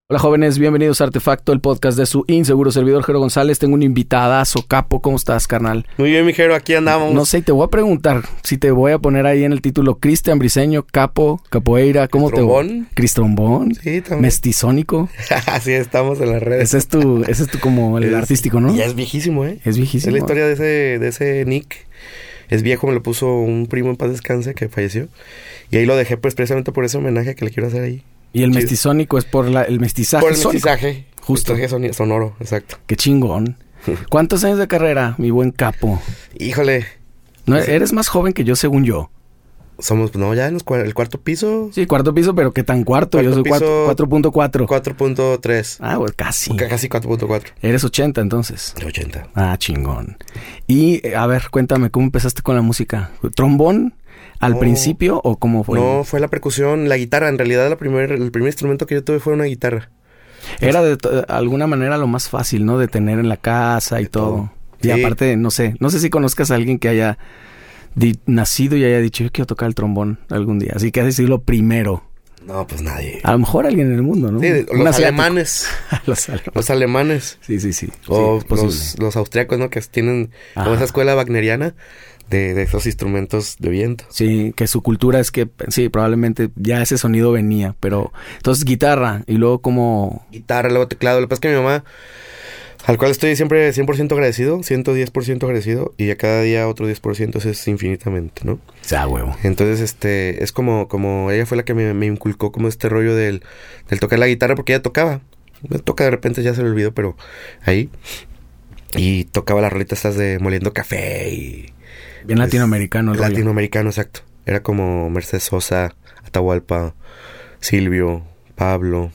Hola jóvenes, bienvenidos a Artefacto, el podcast de su inseguro servidor Jero González. Tengo un invitadazo, Capo. ¿Cócómo estás, carnal? Muy bien, mi Jero, aquí andamos. No sé, te voy a preguntar si te voy a poner ahí en el título Cristian Briseño, Capo, Capoeira, ¿cómo te voy? Cristrombón. Sí, también. Mestizónico. Así estamos en las redes. Ese es tu como el artístico, ¿no? Ya es viejísimo, ¿eh? Es viejísimo. Es la historia de ese nick. Es viejo, me lo puso un primo en paz descanse que falleció. Y ahí lo dejé pues precisamente por ese homenaje que le quiero hacer ahí. Y el mestizónico es por el mestizaje. Por el mestizaje. Justo. Mestizaje sonoro, exacto. Qué chingón. ¿Cuántos años de carrera, mi buen Capo? Híjole. No, eres más joven que yo, según yo. Somos, no, ya en el cuarto piso. Sí, cuarto piso, pero ¿qué tan cuarto? Yo soy 4.4. 4.3. Ah, pues casi. Casi 4.4. Eres 80, entonces. 80. Ah, chingón. Y, a ver, cuéntame, ¿cómo empezaste con la música? ¿Trombón al principio o cómo fue? No, fue la percusión, la guitarra. En realidad, el primer instrumento que yo tuve fue una guitarra. Era de alguna manera lo más fácil, ¿no? De tener en la casa y todo. Sí. Y aparte, no sé si conozcas a alguien que haya nacido y haya dicho, yo quiero tocar el trombón algún día. Así que has decidido lo primero. No, pues nadie. A lo mejor alguien en el mundo, ¿no? Sí, los alemanes. Los alemanes. Sí. O sí, los austriacos, ¿no? Que tienen como esa escuela wagneriana de esos instrumentos de viento. Sí, que su cultura es que, sí, probablemente ya ese sonido venía. Pero, entonces, guitarra y luego como... Guitarra, luego teclado. Lo que pasa es que mi mamá, al cual estoy siempre 100% agradecido, 110% agradecido, y a cada día otro 10%, eso es infinitamente, ¿no? O sea, huevo. Entonces, es como ella fue la que me inculcó como este rollo del tocar la guitarra, porque ella tocaba. Me toca de repente, ya se le olvidó, pero ahí. Y tocaba las rolitas estas de moliendo café y... Bien latinoamericano. Latinoamericano, exacto. Era como Mercedes Sosa, Atahualpa, Silvio, Pablo,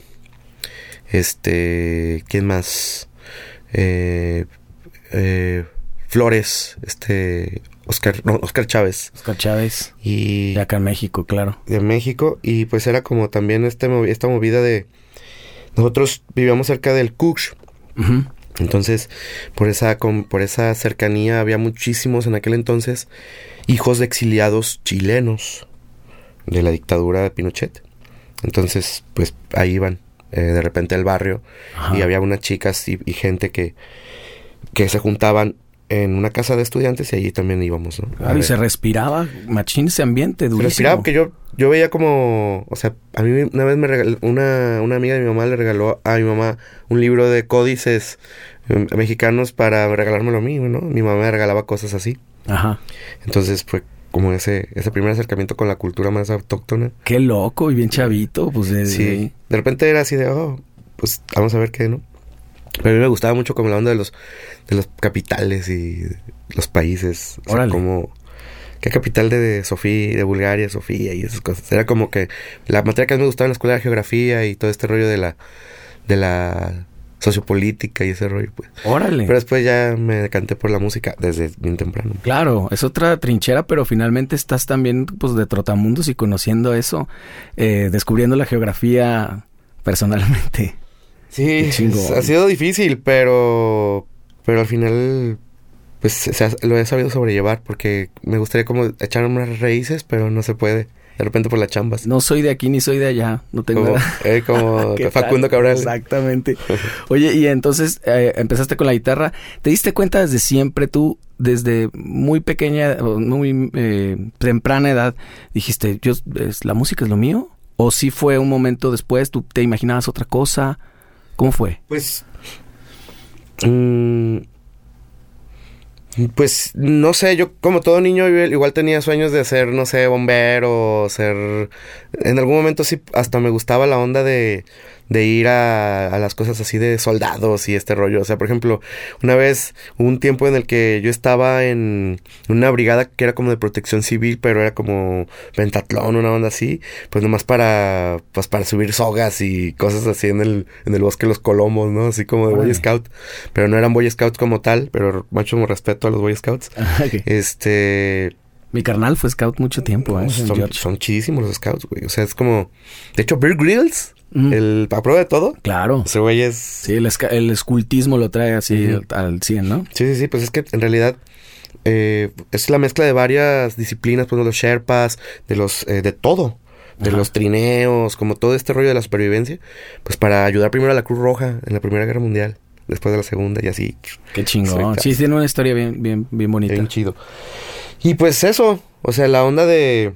¿quién más? Flores, Oscar Chávez. Oscar Chávez. Y de acá en México, claro. De México, y pues era como también esta movida de... Nosotros vivíamos cerca del Cush. Uh-huh. Entonces, por esa cercanía había muchísimos en aquel entonces hijos de exiliados chilenos de la dictadura de Pinochet. Entonces, pues ahí iban de repente al barrio. Ajá. Y había unas chicas y gente que se juntaban en una casa de estudiantes y allí también íbamos, ¿no? Claro, y se respiraba machín ese ambiente durísimo. Se respiraba porque yo veía como... O sea, a mí una vez me regaló... Una amiga de mi mamá le regaló a mi mamá un libro de códices mexicanos para regalármelo a mí, ¿no? Mi mamá me regalaba cosas así. Ajá. Entonces fue como ese primer acercamiento con la cultura más autóctona. Qué loco y bien chavito, pues. Sí. De repente era así de, pues vamos a ver qué, ¿no? Pero a mí me gustaba mucho como la onda de los capitales y los países. O sea, como... ¿Qué capital de Sofía, de Bulgaria, Sofía y esas cosas? Era como que la materia que a mí me gustaba en la escuela de geografía y todo este rollo de la sociopolítica y ese rollo, pues. Órale. Pero después ya me decanté por la música desde bien temprano. Claro, es otra trinchera, pero finalmente estás también, pues, de trotamundos y conociendo eso, descubriendo la geografía personalmente. Sí, ha sido difícil, pero al final, pues, lo he sabido sobrellevar porque me gustaría como echar unas raíces, pero no se puede. De repente por las chambas. No soy de aquí ni soy de allá. No tengo como Facundo Cabral. Exactamente. Oye, y entonces empezaste con la guitarra. ¿Te diste cuenta desde siempre tú, desde muy pequeña, muy temprana edad, dijiste, la música es lo mío? ¿O sí fue un momento después, tú te imaginabas otra cosa? ¿Cómo fue? Pues no sé, yo como todo niño igual tenía sueños de ser, no sé, bombero, en algún momento sí hasta me gustaba la onda de ir a las cosas así de soldados y este rollo. O sea, por ejemplo, una vez hubo un tiempo en el que yo estaba en una brigada que era como de protección civil, pero era como pentatlón, una onda así, pues nomás para subir sogas y cosas así en el bosque de los Colomos, ¿no? Así como de Boy Scout. Pero no eran Boy Scouts como tal, pero mucho respeto a los Boy Scouts. Okay. Mi carnal fue scout mucho tiempo, Son chidísimos los scouts, güey. O sea, es como... De hecho, Bear Grylls, a prueba de todo. Claro. Ese güey es... Sí, el escultismo lo trae así al 100, ¿no? Sí. Pues es que en realidad es la mezcla de varias disciplinas, pues los Sherpas, de todo. de los trineos, como todo este rollo de la supervivencia, pues para ayudar primero a la Cruz Roja en la Primera Guerra Mundial, después de la Segunda y así. Qué chingón. Sí, tiene una historia bien bonita. Bien chido. Y pues eso, o sea, la onda de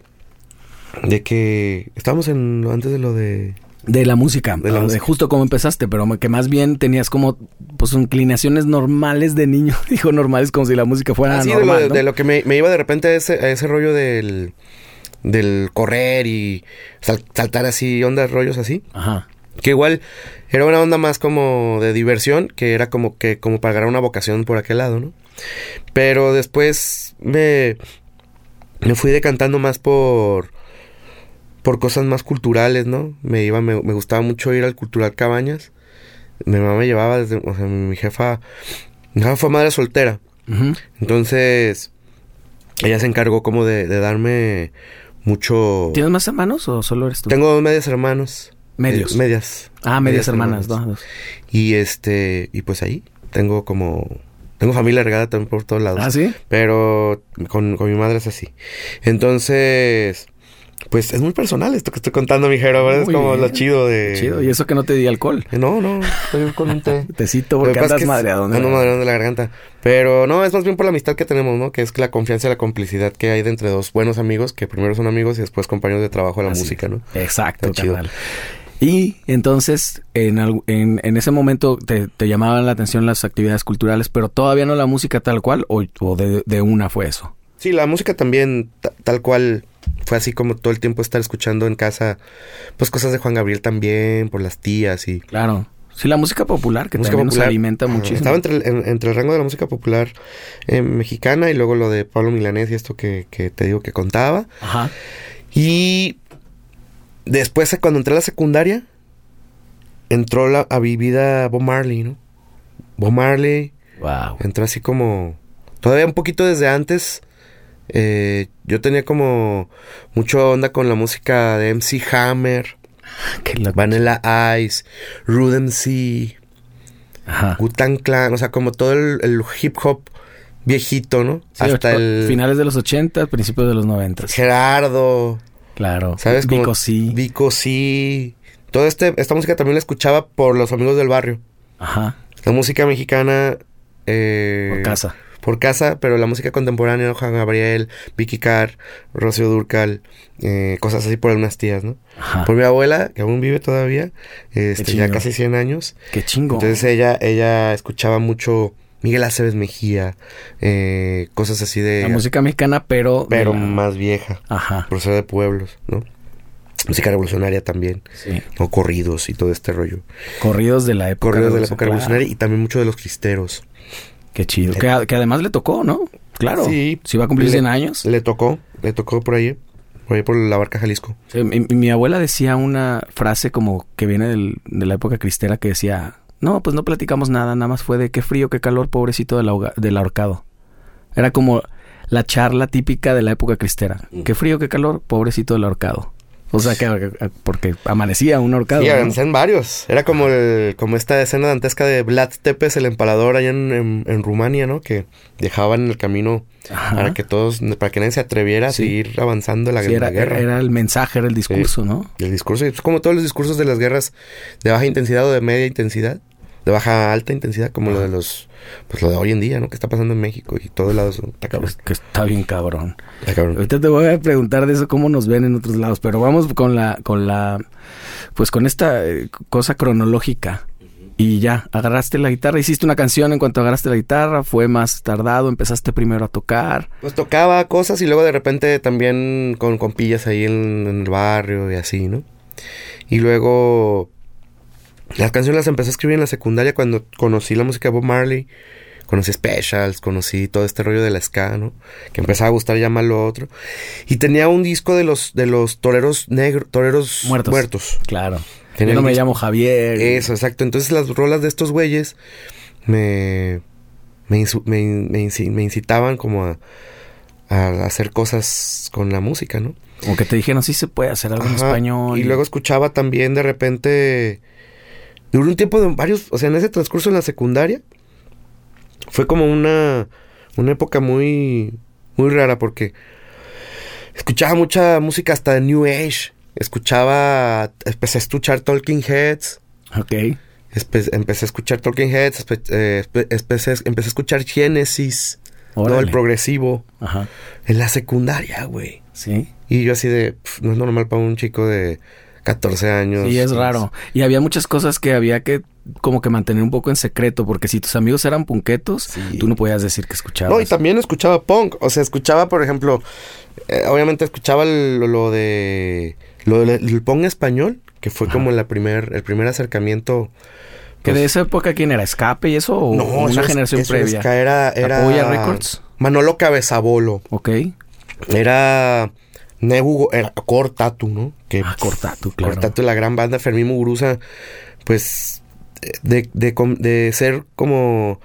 que estábamos antes de lo de... De la música, de justo como empezaste, pero que más bien tenías como pues inclinaciones normales de niño. Dijo normales como si la música fuera normal, de lo que me iba de repente a ese rollo del correr y saltar así, ondas, rollos así. Ajá. Que igual era una onda más como de diversión, que era como para agarrar una vocación por aquel lado, ¿no? Pero después me fui decantando más por cosas más culturales, ¿no? Me gustaba mucho ir al Cultural Cabañas. Mi mamá me llevaba desde... O sea, mi jefa fue madre soltera. Uh-huh. Entonces, ella se encargó como de darme mucho... ¿Tienes más hermanos o solo eres tú? Tengo medias hermanos. Medios. Medias. Medias hermanas. Dos. Y y pues ahí tengo familia regada también por todos lados. ¿Ah, sí? Pero con mi madre es así. Entonces... Pues es muy personal esto que estoy contando, mijero, ¿verdad? Es como bien. Lo chido de... Chido, y eso que no te di alcohol. No, estoy con un té. Tecito porque andas madreado. Ando madreado de la garganta. Pero no, es más bien por la amistad que tenemos, ¿no? Que es la confianza y la complicidad que hay de entre dos buenos amigos, que primero son amigos y después compañeros de trabajo de la música, ¿no? Exacto, carnal. Y entonces, en ese momento te llamaban la atención las actividades culturales, pero todavía no la música tal cual, o de una fue eso. Sí, la música también tal cual... Fue así como todo el tiempo estar escuchando en casa, pues cosas de Juan Gabriel también, por las tías y... Claro. Sí, la música popular, que también nos alimenta muchísimo. Estaba entre el rango de la música popular mexicana y luego lo de Pablo Milanés y esto que te digo que contaba. Ajá. Y después, cuando entré a la secundaria, entró a mi vida Bob Marley, ¿no? Bob Marley. Wow. Entró así como... Todavía un poquito desde antes... yo tenía como mucho onda con la música de MC Hammer, Vanilla Ice, Rude MC, Wu-Tang Clan, o sea, como todo el hip hop viejito, ¿no? Sí, hasta finales de los 80, principios de los 90. Gerardo. Claro. ¿Sabes? Vico C. Toda esta música también la escuchaba por los amigos del barrio. Ajá. La música mexicana... Por casa, pero la música contemporánea, ¿no? Juan Gabriel, Vicky Carr, Rocío Dúrcal, cosas así por algunas tías, ¿no? Ajá. Por mi abuela, que aún vive todavía, ya casi 100 años. ¡Qué chingo! Entonces ella escuchaba mucho Miguel Aceves Mejía, cosas así de... La música mexicana, pero más vieja. Ajá. Por ser de pueblos, ¿no? Música revolucionaria también. Sí. O corridos y todo este rollo. Corridos de la época revolucionaria y también mucho de los cristeros. Qué chido. Que además le tocó, ¿no? Claro. Sí. Si va a cumplir 100 años. Le tocó por ahí por la Barca Jalisco. Sí, mi abuela decía una frase como que viene de la época cristera que decía, no, pues no platicamos nada más fue de qué frío, qué calor, pobrecito del ahorcado. Era como la charla típica de la época cristera. Qué frío, qué calor, pobrecito del ahorcado. O sea, que porque amanecía un ahorcado. Sí, amanecían varios. Era como esta escena dantesca de Vlad Tepes, el empalador allá en Rumania, ¿no? Que dejaban en el camino para que nadie se atreviera a seguir avanzando la guerra. Era el mensaje, era el discurso, ¿no? El discurso. Es como todos los discursos de las guerras de baja intensidad o de media intensidad. De baja alta intensidad, como lo de lo de hoy en día, ¿no? Que está pasando en México y todos lados. Está cabrón. Que está bien cabrón. Ahorita te voy a preguntar de eso, cómo nos ven en otros lados, pero vamos con esta cosa cronológica. Y ya, agarraste la guitarra, hiciste una canción en cuanto agarraste la guitarra, fue más tardado, empezaste primero a tocar. Pues tocaba cosas y luego de repente también con compillas ahí en el barrio y así, ¿no? Y luego... Las canciones las empecé a escribir en la secundaria cuando conocí la música de Bob Marley. Conocí Specials, conocí todo este rollo de la ska, ¿no? Que empezaba a gustar ya más lo otro. Y tenía un disco de los toreros negros, toreros muertos. Claro. Yo no me llamo Javier. Eso, exacto. Entonces las rolas de estos güeyes me incitaban como a hacer cosas con la música, ¿no? Como que te dijeron, sí se puede hacer algo en español. Y luego escuchaba también de repente... Duró un tiempo de varios... O sea, en ese transcurso en la secundaria... Fue como una época muy... Muy rara porque... Escuchaba mucha música hasta de New Age. empecé a escuchar Talking Heads. Ok. Empecé a escuchar Talking Heads, empecé a escuchar Genesis, Órale. ¿no? El progresivo. Ajá. En la secundaria, güey. Sí. Y yo así de, no es normal para un chico de 14 años. Sí, es raro. Y había muchas cosas que había que como que mantener un poco en secreto, porque si tus amigos eran punquetos, Sí. tú no podías decir que escuchabas. No, y también escuchaba punk. O sea, escuchaba, por ejemplo, obviamente escuchaba lo del punk español, que fue como el primer acercamiento. ¿Que Pues, de esa época quién era? ¿Escape y eso? ¿O no, una generación previa? Era ¿Apoya Records? Manolo Cabezabolo. Ok. Era Nebugo, era Cortatu, ¿no? Cortatu, claro. Cortatu, la gran banda. Fermín Muguruza, pues, de ser como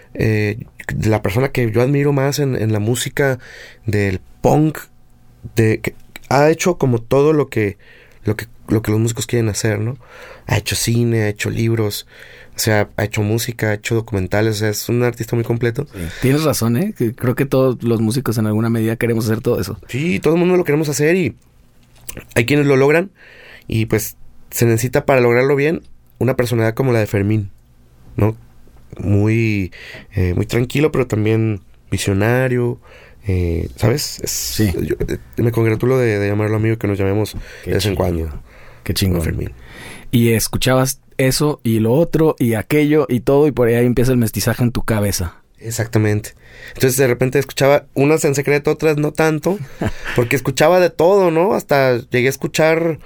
la persona que yo admiro más en la música del punk, que ha hecho como todo lo que los músicos quieren hacer, ¿no? Ha hecho cine, ha hecho libros, o sea, ha hecho música, ha hecho documentales, o sea, es un artista muy completo. Sí. Tienes razón, ¿eh? Que creo que todos los músicos en alguna medida queremos hacer todo eso. Sí, todo el mundo lo queremos hacer y hay quienes lo logran y pues se necesita para lograrlo bien una personalidad como la de Fermín, ¿no? Muy tranquilo, pero también visionario, ¿sabes? Sí. Yo, me congratulo de llamarlo amigo, que nos llamemos de vez en cuando. Qué chingón. Fermín. Y escuchabas eso y lo otro y aquello y todo y por ahí empieza el mestizaje en tu cabeza. Exactamente. Entonces de repente escuchaba unas en secreto, otras no tanto, porque escuchaba de todo, ¿no? Hasta llegué a escuchar,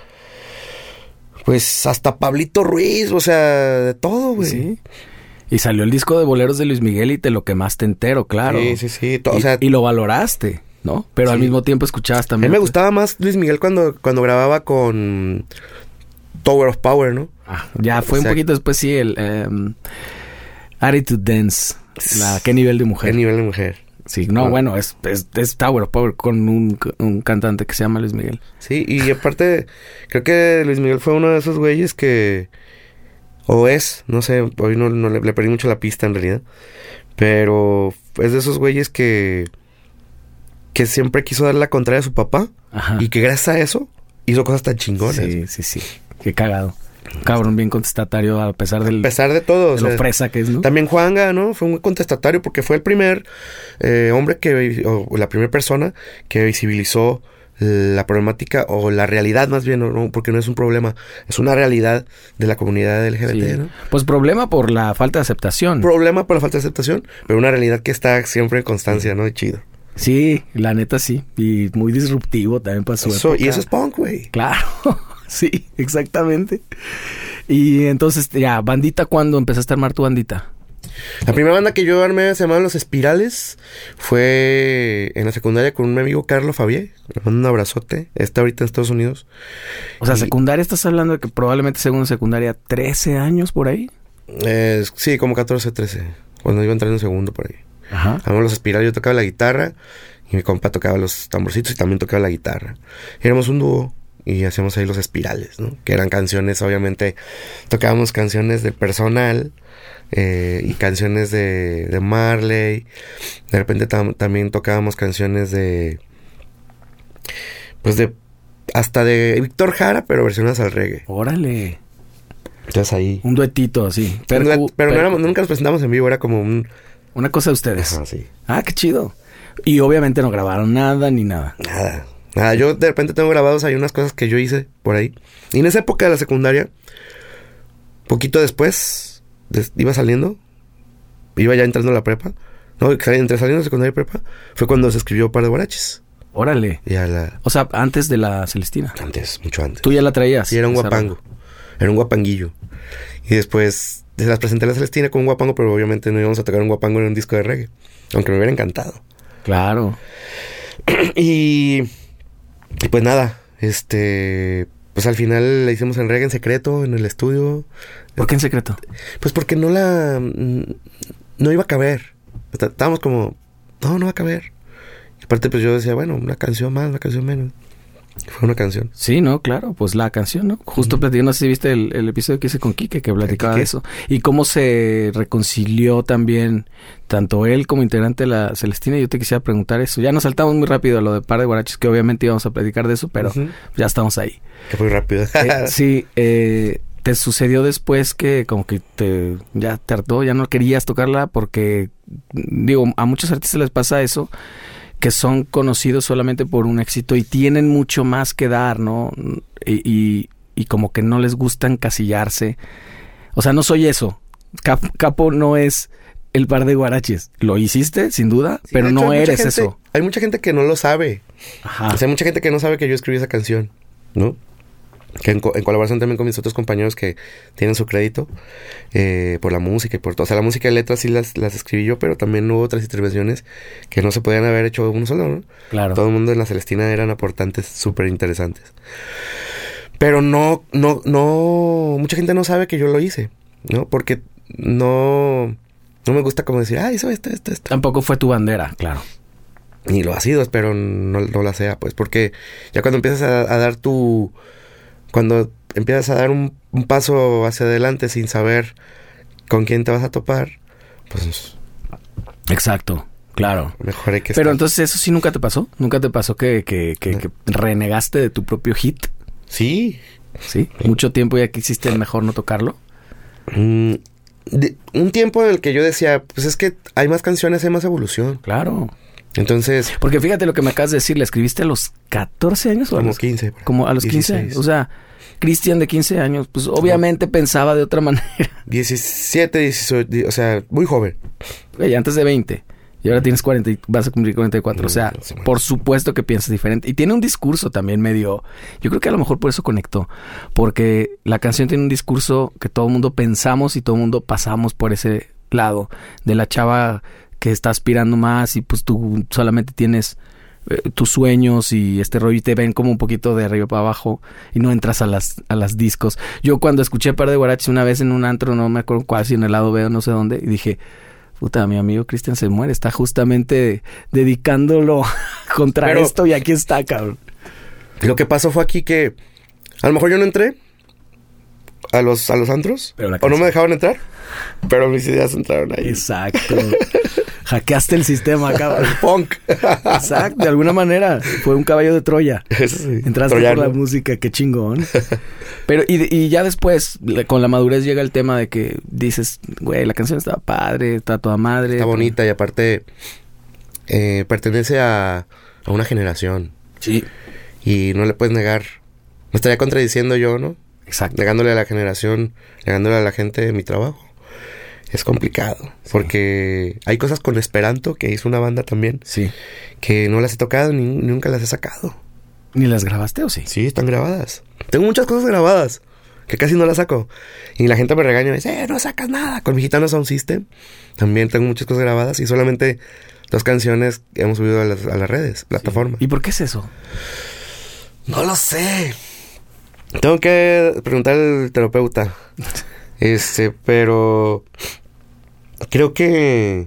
pues, hasta Pablito Ruiz, o sea, de todo, güey. Sí. Y salió el disco de boleros de Luis Miguel y te lo quemaste entero, claro. Sí. Y lo valoraste, ¿no? Pero sí. al mismo tiempo escuchabas A también. mí me gustaba más Luis Miguel cuando grababa con Tower of Power, ¿no? Ya fue un poquito después, sí, el Attitude Dance. ¿Qué nivel de mujer? ¿Qué nivel de mujer? Sí, no, bueno, es Tower of Power con un cantante que se llama Luis Miguel. Sí, y aparte, creo que Luis Miguel fue uno de esos güeyes que... O es, no sé, hoy no le perdí mucho la pista en realidad. Pero es de esos güeyes que siempre quiso dar la contraria a su papá. Ajá. Y que gracias a eso hizo cosas tan chingonas. Sí. Qué cagado. Cabrón bien contestatario a pesar de todo. De lo fresa que es, ¿no? También Juanga, ¿no? Fue muy contestatario porque fue el primer hombre o la primera persona que visibilizó la problemática o la realidad más bien, ¿no? Porque no es un problema, es una realidad de la comunidad LGBT, sí. ¿no? Pues problema por la falta de aceptación. Problema por la falta de aceptación, pero una realidad que está siempre en constancia, ¿no? Chido. Sí, la neta sí. Y muy disruptivo también para su época. Y eso es punk, güey. Claro, sí, exactamente. Y entonces, ya, bandita, ¿cuándo empezaste a armar tu bandita? La primera banda que yo armé se llamaba Los Espirales. Fue en la secundaria con un amigo, Carlos Fabié. Le mando un abrazote. Está ahorita en Estados Unidos. O sea, secundaria, ¿estás hablando de que probablemente según secundaria 13 años por ahí? Sí, como 14, 13. Cuando iba entrando en segundo por ahí. Ajá. Armamos Los Espirales. Yo tocaba la guitarra y mi compa tocaba los tamborcitos y también tocaba la guitarra. Éramos un dúo y hacíamos ahí Los Espirales, ¿no? Que eran canciones, obviamente. Tocábamos canciones del Personal. Y canciones de Marley. De repente también tocábamos canciones hasta de Víctor Jara, pero versiones al reggae. Órale. Entonces ahí Un duetito así. pero nunca nos presentamos en vivo. Era como una cosa de ustedes. Ajá, sí. Ah, qué chido. Y obviamente no grabaron nada ni nada. Nada, yo de repente tengo grabados ahí unas cosas que yo hice por ahí. Y en esa época de la secundaria, poquito después, iba saliendo, iba ya entrando a la prepa, no, entre saliendo de secundaria y prepa, fue cuando se escribió Par de Guaraches. Órale. O sea, antes de la Celestina. Antes, mucho antes. ¿Tú ya la traías? Sí, era un guapango. Era un guapanguillo. Y después las presenté a la Celestina con un guapango, pero obviamente no íbamos a tocar un guapango en un disco de reggae. Aunque me hubiera encantado. Claro. Y pues nada, pues al final la hicimos en reggae en secreto, en el estudio. ¿Por qué en secreto? Pues porque no iba a caber. Estábamos como, no va a caber. Y aparte pues yo decía, bueno, una canción más, una canción menos. Fue una canción. Sí, no, claro, pues la canción, ¿no? Justo platicando, no sé si viste el episodio que hice con Quique, que platicaba de eso. Y cómo se reconcilió también, tanto él como integrante de la Celestina. Yo te quisiera preguntar eso. Ya nos saltamos muy rápido a lo de Par de Guaraches, que obviamente íbamos a platicar de eso, pero ya estamos ahí. Que fue rápido. Sí, ¿te sucedió después que como que ya te hartó, ya no querías tocarla? Porque, digo, a muchos artistas les pasa eso, que son conocidos solamente por un éxito y tienen mucho más que dar, ¿no? Y como que no les gusta encasillarse. O sea, no soy eso. Capo no es el Par de Guaraches. Lo hiciste, sin duda, sí, pero no eres eso. Hay mucha gente que no lo sabe. Ajá. O sea, hay mucha gente que no sabe que yo escribí esa canción, ¿no? Que en colaboración también con mis otros compañeros que tienen su crédito por la música y por todo. O sea, la música y letras sí las escribí yo, pero también hubo otras intervenciones que no se podían haber hecho uno solo, ¿no? Claro. Todo el mundo en la Celestina eran aportantes súper interesantes. Pero no, mucha gente no sabe que yo lo hice, ¿no? Porque no me gusta como decir, hizo esto. Tampoco fue tu bandera, claro. Ni lo ha sido, espero no la sea, pues, porque ya cuando empiezas a dar cuando empiezas a dar un paso hacia adelante sin saber con quién te vas a topar, pues... Exacto, claro. Mejor hay que Pero entonces, ¿eso sí nunca te pasó? ¿Nunca te pasó que renegaste de tu propio hit? Sí. ¿Sí? ¿Mucho tiempo ya que hiciste mejor no tocarlo? Un tiempo en el que yo decía, pues es que hay más canciones, hay más evolución. Claro. Entonces... Porque fíjate lo que me acabas de decir, ¿la escribiste a los 14 años? Como 15. Como a los 15 años. O sea, Cristian de 15 años, pues obviamente pensaba de otra manera. 17, 18, o sea, muy joven. Oye, antes de 20. Y ahora tienes 40 y vas a cumplir 44. O sea, por supuesto que piensas diferente. Y tiene un discurso también medio... Yo creo que a lo mejor por eso conectó. Porque la canción tiene un discurso que todo el mundo pensamos y todo el mundo pasamos por ese lado. De la chava que está aspirando más y pues tú solamente tienes tus sueños y este rollo y te ven como un poquito de arriba para abajo y no entras a las discos. Yo cuando escuché Par de Guaraches una vez en un antro, no me acuerdo cuál, si en el lado B o no sé dónde, y dije, puta, mi amigo Cristian se muere, está justamente dedicándolo contra esto y aquí está, cabrón. Lo que pasó fue aquí que a lo mejor yo no entré a los antros, o no me dejaban entrar, pero mis ideas entraron ahí. Exacto. Hackeaste el sistema, cabrón. Punk. Exacto, de alguna manera. Fue un caballo de Troya. Sí, entraste Troyano. Por la música, qué chingón. Pero, y ya después, con la madurez llega el tema de que dices, güey, la canción está padre, está toda madre. Está bonita y aparte pertenece a una generación. Sí. Y no le puedes negar. Me estaría contradiciendo yo, ¿no? Exacto. Negándole a la generación, negándole a la gente mi trabajo. Es complicado, porque hay cosas con Esperanto, que hizo una banda también, sí, que no las he tocado ni nunca las he sacado. ¿Ni las grabaste o sí? Sí, están grabadas. Tengo muchas cosas grabadas, que casi no las saco. Y la gente me regaña y me dice, no sacas nada. Con mi Gitano Sound System también tengo muchas cosas grabadas y solamente 2 canciones hemos subido a las redes, plataformas. ¿Y por qué es eso? No lo sé. Tengo que preguntar al terapeuta. Pero creo que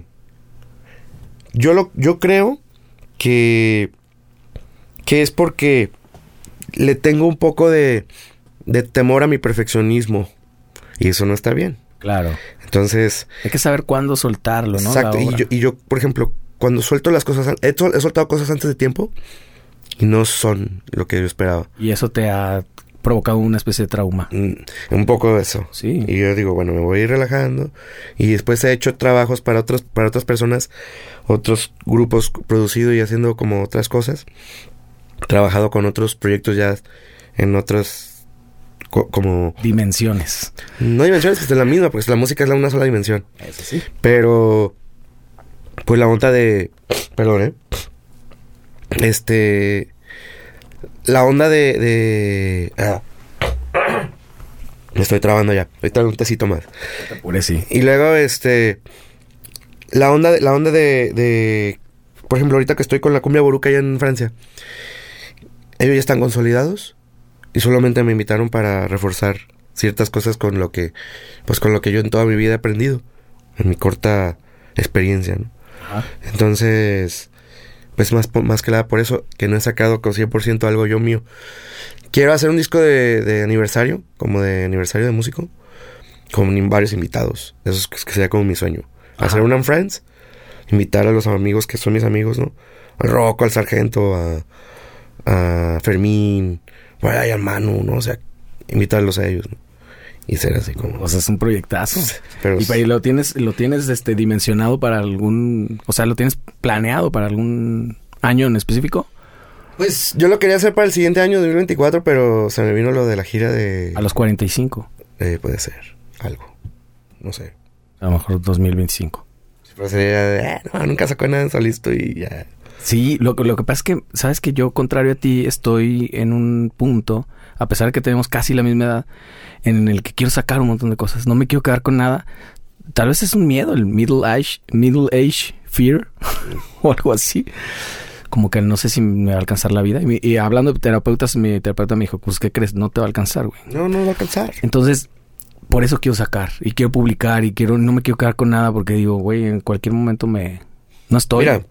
yo creo que es porque le tengo un poco de temor a mi perfeccionismo y eso no está bien. Claro. Entonces hay que saber cuándo soltarlo, ¿no? Exacto. Y yo, por ejemplo, cuando suelto las cosas, he soltado cosas antes de tiempo y no son lo que yo esperaba. Y eso te ha provocado una especie de trauma. Un poco de eso. Sí. Y yo digo, bueno, me voy a ir relajando. Y después he hecho trabajos para otras personas, otros grupos, producido y haciendo como otras cosas. He trabajado con otros proyectos ya en otras como... dimensiones. No dimensiones, pues es la misma, porque la música es una sola dimensión. Eso sí. Pero pues la onda de... Perdón, la onda de me estoy trabando ya. Ahorita un tecito más. Sí. Y luego la onda de por ejemplo, ahorita que estoy con la cumbia boruca allá en Francia. Ellos ya están consolidados y solamente me invitaron para reforzar ciertas cosas con lo que yo en toda mi vida he aprendido en mi corta experiencia, ¿no? Ajá. Entonces, pues más que nada por eso, que no he sacado con 100% algo yo mío. Quiero hacer un disco de aniversario, como de aniversario de músico, con varios invitados. Eso es que sería como mi sueño. Ajá. Hacer un and Friends, invitar a los amigos que son mis amigos, ¿no? Al Rocco, al Sargento, a Fermín, por ahí al Manu, ¿no? O sea, invitarlos a ellos, ¿no? Y ser así como... O sea, es un proyectazo. Pero ¿Y lo tienes dimensionado para algún... O sea, lo tienes planeado para algún año en específico? pues yo lo quería hacer para el siguiente año, 2024, pero se me vino lo de la gira de... A los 45. Puede ser, algo. No sé. A lo mejor 2025. Pero sería de, no, nunca sacó nada en solista y ya. Sí, lo que pasa es que, sabes que yo, contrario a ti, estoy en un punto, a pesar de que tenemos casi la misma edad, en el que quiero sacar un montón de cosas. No me quiero quedar con nada. Tal vez es un miedo, el middle age fear, o algo así. Como que no sé si me va a alcanzar la vida. Y hablando de terapeutas, mi terapeuta me dijo, pues, ¿qué crees? No te va a alcanzar, güey. No va a alcanzar. Entonces, por eso quiero sacar, y quiero publicar, y no me quiero quedar con nada, porque digo, güey, en cualquier momento no estoy. Mira,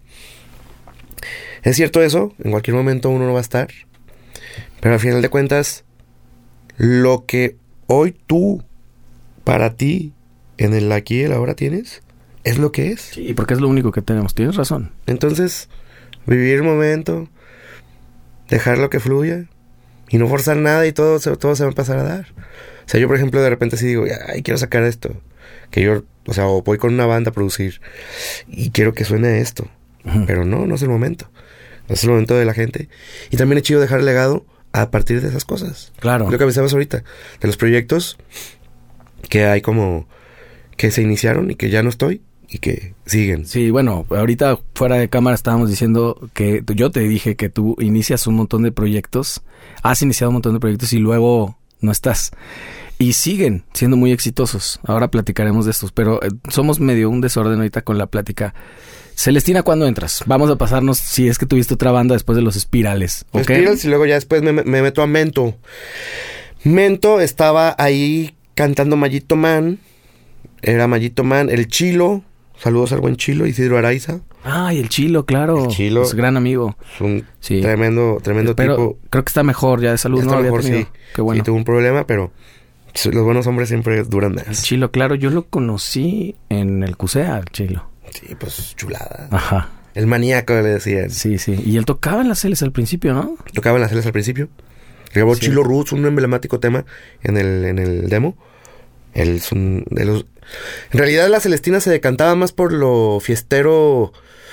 es cierto eso, en cualquier momento uno no va a estar, pero al final de cuentas, lo que hoy tú, para ti, en el aquí y el ahora tienes, es lo que es. Sí, porque es lo único que tenemos, tienes razón. Entonces, vivir el momento, dejar lo que fluya, y no forzar nada y todo se va a pasar a dar. O sea, yo, por ejemplo, de repente sí digo, ay, quiero sacar esto. Que yo, o sea, o voy con una banda a producir y quiero que suene esto. Uh-huh. Pero no es el momento. No es el momento de la gente. Y también es chido dejar el legado a partir de esas cosas. Claro. Lo que pensabas ahorita, de los proyectos que hay como que se iniciaron y que ya no estoy y que siguen. Sí, bueno, ahorita fuera de cámara estábamos diciendo que yo te dije que tú inicias un montón de proyectos, has iniciado un montón de proyectos y luego no estás. Y siguen siendo muy exitosos. Ahora platicaremos de estos, pero somos medio un desorden ahorita con la plática. Celestina, ¿cuándo entras? Vamos a pasarnos, si es que tuviste otra banda después de los Espirales. Los ¿Okay? Espirales y luego ya después me meto a Mento. Mento estaba ahí cantando Mallito Man. Era Mallito Man, el Chilo. Saludos al buen Chilo, Isidro Araiza. Ay, el Chilo, claro. El Chilo. Es gran amigo. Es un sí. tremendo pero tipo. Creo que está mejor ya de salud. Ya no está había mejor, tenido. sí. Qué bueno. Sí, tuvo un problema, pero los buenos hombres siempre duran más. El Chilo, claro. Yo lo conocí en el CUSEA, el Chilo. Sí, pues chulada. Ajá. El maníaco le decían. Sí. Y él tocaba en las Celes al principio, ¿no? Tocaba en las Celes al principio. Grabó Sí. Chilo Roots, un emblemático tema en el demo. Él es un de los... En realidad la Celestina se decantaba más por lo fiestero.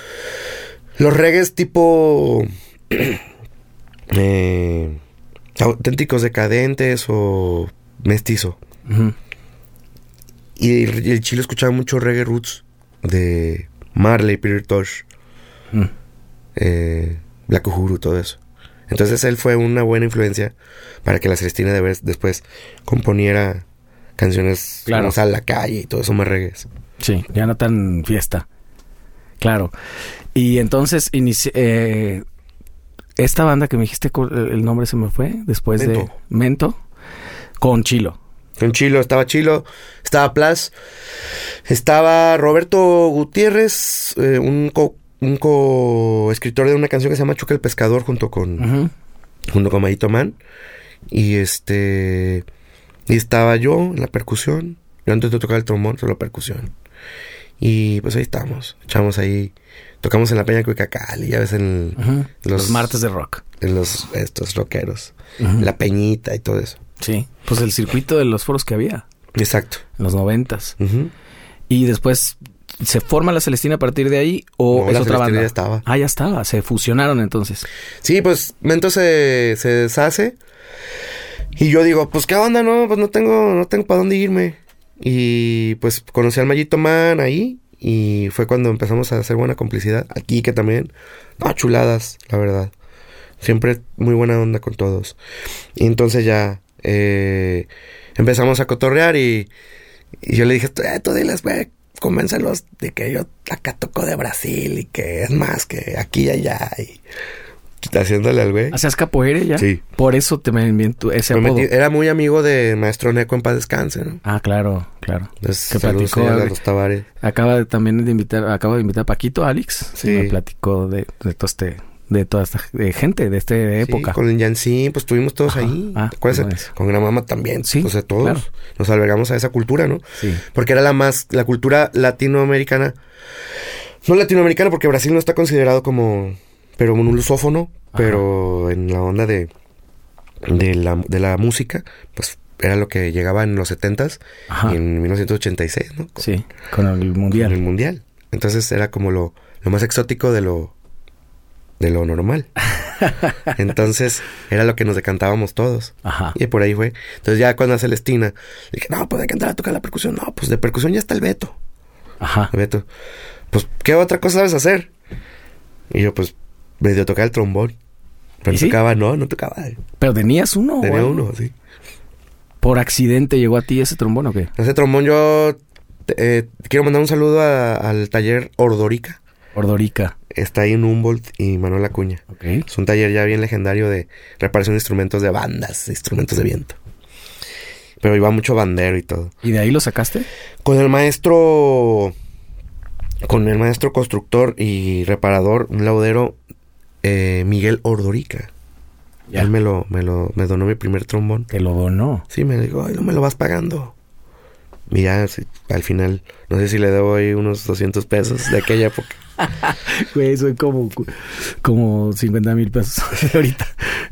Los reggaes tipo... auténticos decadentes o mestizo. Uh-huh. Y el Chilo escuchaba mucho reggae roots de Marley, Peter Tosh, Black Uhuru, todo eso. Entonces él fue una buena influencia para que la Celestina después componiera canciones claro. como Sal la Calle y todo eso más reggaes. Sí, ya no tan fiesta. Claro. Y entonces esta banda que me dijiste, el nombre se me fue, después Mento. de Mento, con Chilo. Con Chilo, estaba Plas, estaba Roberto Gutiérrez, un co-escritor de una canción que se llama Chuca el Pescador junto con Mayito Man. Y estaba yo en la percusión. Yo antes de tocar el trombón, solo percusión. Y pues ahí estamos. Tocamos en la Peña Cuicacali, ya ves en los martes de rock. En estos rockeros. La Peñita y todo eso. Sí, pues el circuito de los foros que había. Exacto. En los 90s. Y después, ¿se forma la Celestina a partir de ahí o es otra banda? Ya estaba. Ah, ya estaba. Se fusionaron entonces. Sí, pues Mento se deshace. Y yo digo, pues qué onda, no, pues no tengo para dónde irme. Y pues conocí al Mallito Man ahí. Y fue cuando empezamos a hacer buena complicidad. Aquí que también, chuladas, la verdad. Siempre muy buena onda con todos. Y entonces ya empezamos a cotorrear y yo le dije, tú diles, güey, convéncelos de que yo acá toco de Brasil y que es más que aquí y allá. haciéndole al güey. ¿Hacías capoeira ya? Sí. Por eso te me invento ese apodo. Era muy amigo de Maestro Neco en paz descanse, ¿no? Ah, claro. Entonces, que platicó a los Tavares. Acabo de invitar a Paquito, Alex. Sí. Me platicó de toda esta gente de esta época. Sí, con el Yancín, pues estuvimos todos ahí. ¿Te acuerdas? Con Gran Mama también. Sí, o sea, todos claro. nos albergamos a esa cultura, ¿no? Sí. Porque era la cultura latinoamericana. No latinoamericana porque Brasil no está considerado como... Pero un lusófono. Ajá. Pero en la onda de la música, pues era lo que llegaba en los 70s. Ajá. Y en 1986, ¿no? Sí, con el Mundial. Con el Mundial. Entonces era como lo más exótico de lo normal. Entonces era lo que nos decantábamos todos. Ajá. Y por ahí fue. Entonces ya cuando a Celestina dije, no, pues hay que entrar a tocar la percusión. No, pues de percusión ya está el Beto. Ajá. El Beto. Pues, ¿qué otra cosa sabes hacer? Y yo, pues, medio tocaba el trombón. Pero no sí? tocaba, no tocaba. ¿Pero tenías uno? Tenía uno, sí. ¿Por accidente llegó a ti ese trombón o qué? Ese trombón yo quiero mandar un saludo al taller Ordorica. Ordorica. Está ahí en Humboldt y Manuel Acuña. Okay. Es un taller ya bien legendario de reparación de instrumentos de bandas, de instrumentos de viento. Pero iba mucho bandero y todo. ¿Y de ahí lo sacaste? Con el maestro constructor y reparador, un laudero, Miguel Ordorica. Ya. Él me donó mi primer trombón. ¿Te lo donó? Sí, me dijo, ay, no me lo vas pagando. Y ya, sí, al final, no sé si le debo ahí unos 200 pesos de aquella época. Güey, soy como 50,000 pesos ahorita.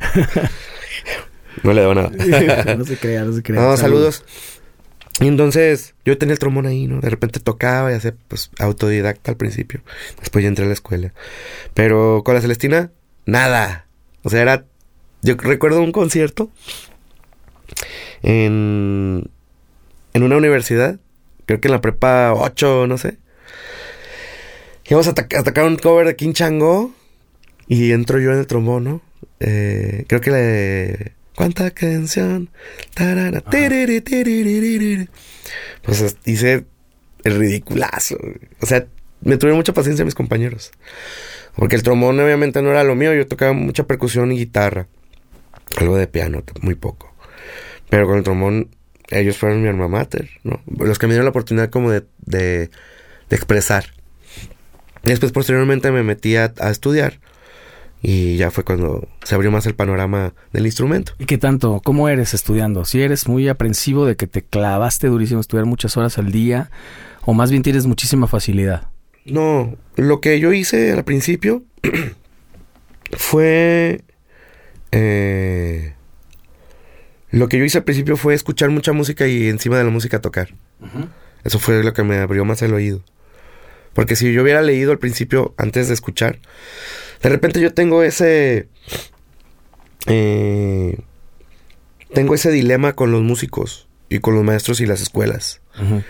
No le debo nada. No se crea. No, saludos. Y entonces, yo tenía el trombón ahí, ¿no? De repente tocaba y hacía, pues, autodidacta al principio. Después ya entré a la escuela. Pero con la Celestina, nada. O sea, yo recuerdo un concierto en una universidad, creo que en la prepa 8, no sé. Íbamos a tocar un cover de King Chango y entro yo en el trombón, ¿no? Creo que ¿cuánta canción? Tarara, tiriri, tiriri. Pues hice el ridiculazo. O sea, me tuvieron mucha paciencia mis compañeros. Porque el trombón obviamente no era lo mío. Yo tocaba mucha percusión y guitarra. Algo de piano, muy poco. Pero con el trombón, ellos fueron mi alma mater, ¿no? Los que me dieron la oportunidad como de expresar. Y después, posteriormente, me metí a estudiar. Y ya fue cuando se abrió más el panorama del instrumento. ¿Y qué tanto? ¿Cómo eres estudiando? ¿Si eres muy aprensivo de que te clavaste durísimo a estudiar muchas horas al día? ¿O más bien tienes muchísima facilidad? No, lo que yo hice al principio fue... lo que yo hice al principio fue escuchar mucha música y encima de la música tocar. Uh-huh. Eso fue lo que me abrió más el oído. Porque si yo hubiera leído al principio antes de escuchar, de repente yo tengo ese dilema con los músicos y con los maestros y las escuelas. Uh-huh.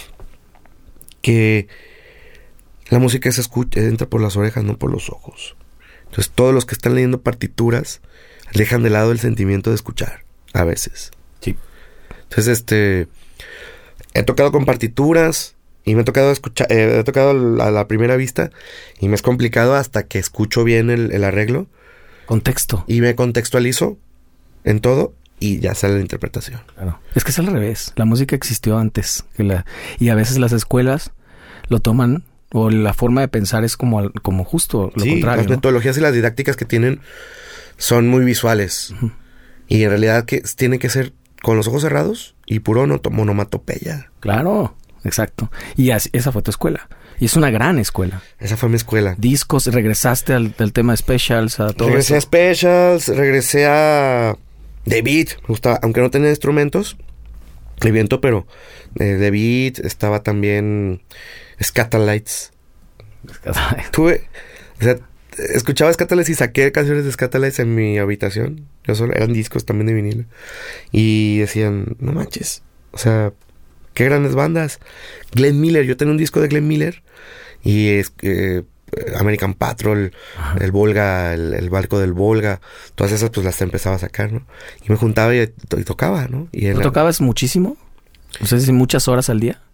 Que la música se escucha, entra por las orejas, no por los ojos. Entonces todos los que están leyendo partituras dejan de lado el sentimiento de escuchar, a veces. Sí. Entonces, he tocado con partituras y me ha tocado escuchar, he tocado a la primera vista y me es complicado hasta que escucho bien el arreglo. Contexto. Y me contextualizo en todo y ya sale la interpretación. Claro. Es que es al revés. La música existió antes y a veces las escuelas lo toman, o la forma de pensar es como justo lo contrario. Las metodologías y las didácticas que tienen son muy visuales. Uh-huh. Y en realidad tienen que ser con los ojos cerrados y puro monomatopeya. Claro, exacto. Y esa fue tu escuela. Y es una gran escuela. Esa fue mi escuela. Discos, regresaste al tema de Specials, a todo regresé eso. A Specials, regresé a The Beat. Me gustaba, aunque no tenía instrumentos de viento, pero The Beat, estaba también Scatalites. Escuchaba Scatalites y saqué canciones de Scatalites en mi habitación. Yo solo, eran discos también de vinilo. Y decían, no manches, o sea, qué grandes bandas. Glenn Miller, yo tenía un disco de Glenn Miller. Y American Patrol, ajá, el Volga, el barco del Volga. Todas esas pues las empezaba a sacar, ¿no? Y me juntaba y tocaba, ¿no? ¿Lo tocabas muchísimo? O sea, muchas horas al día.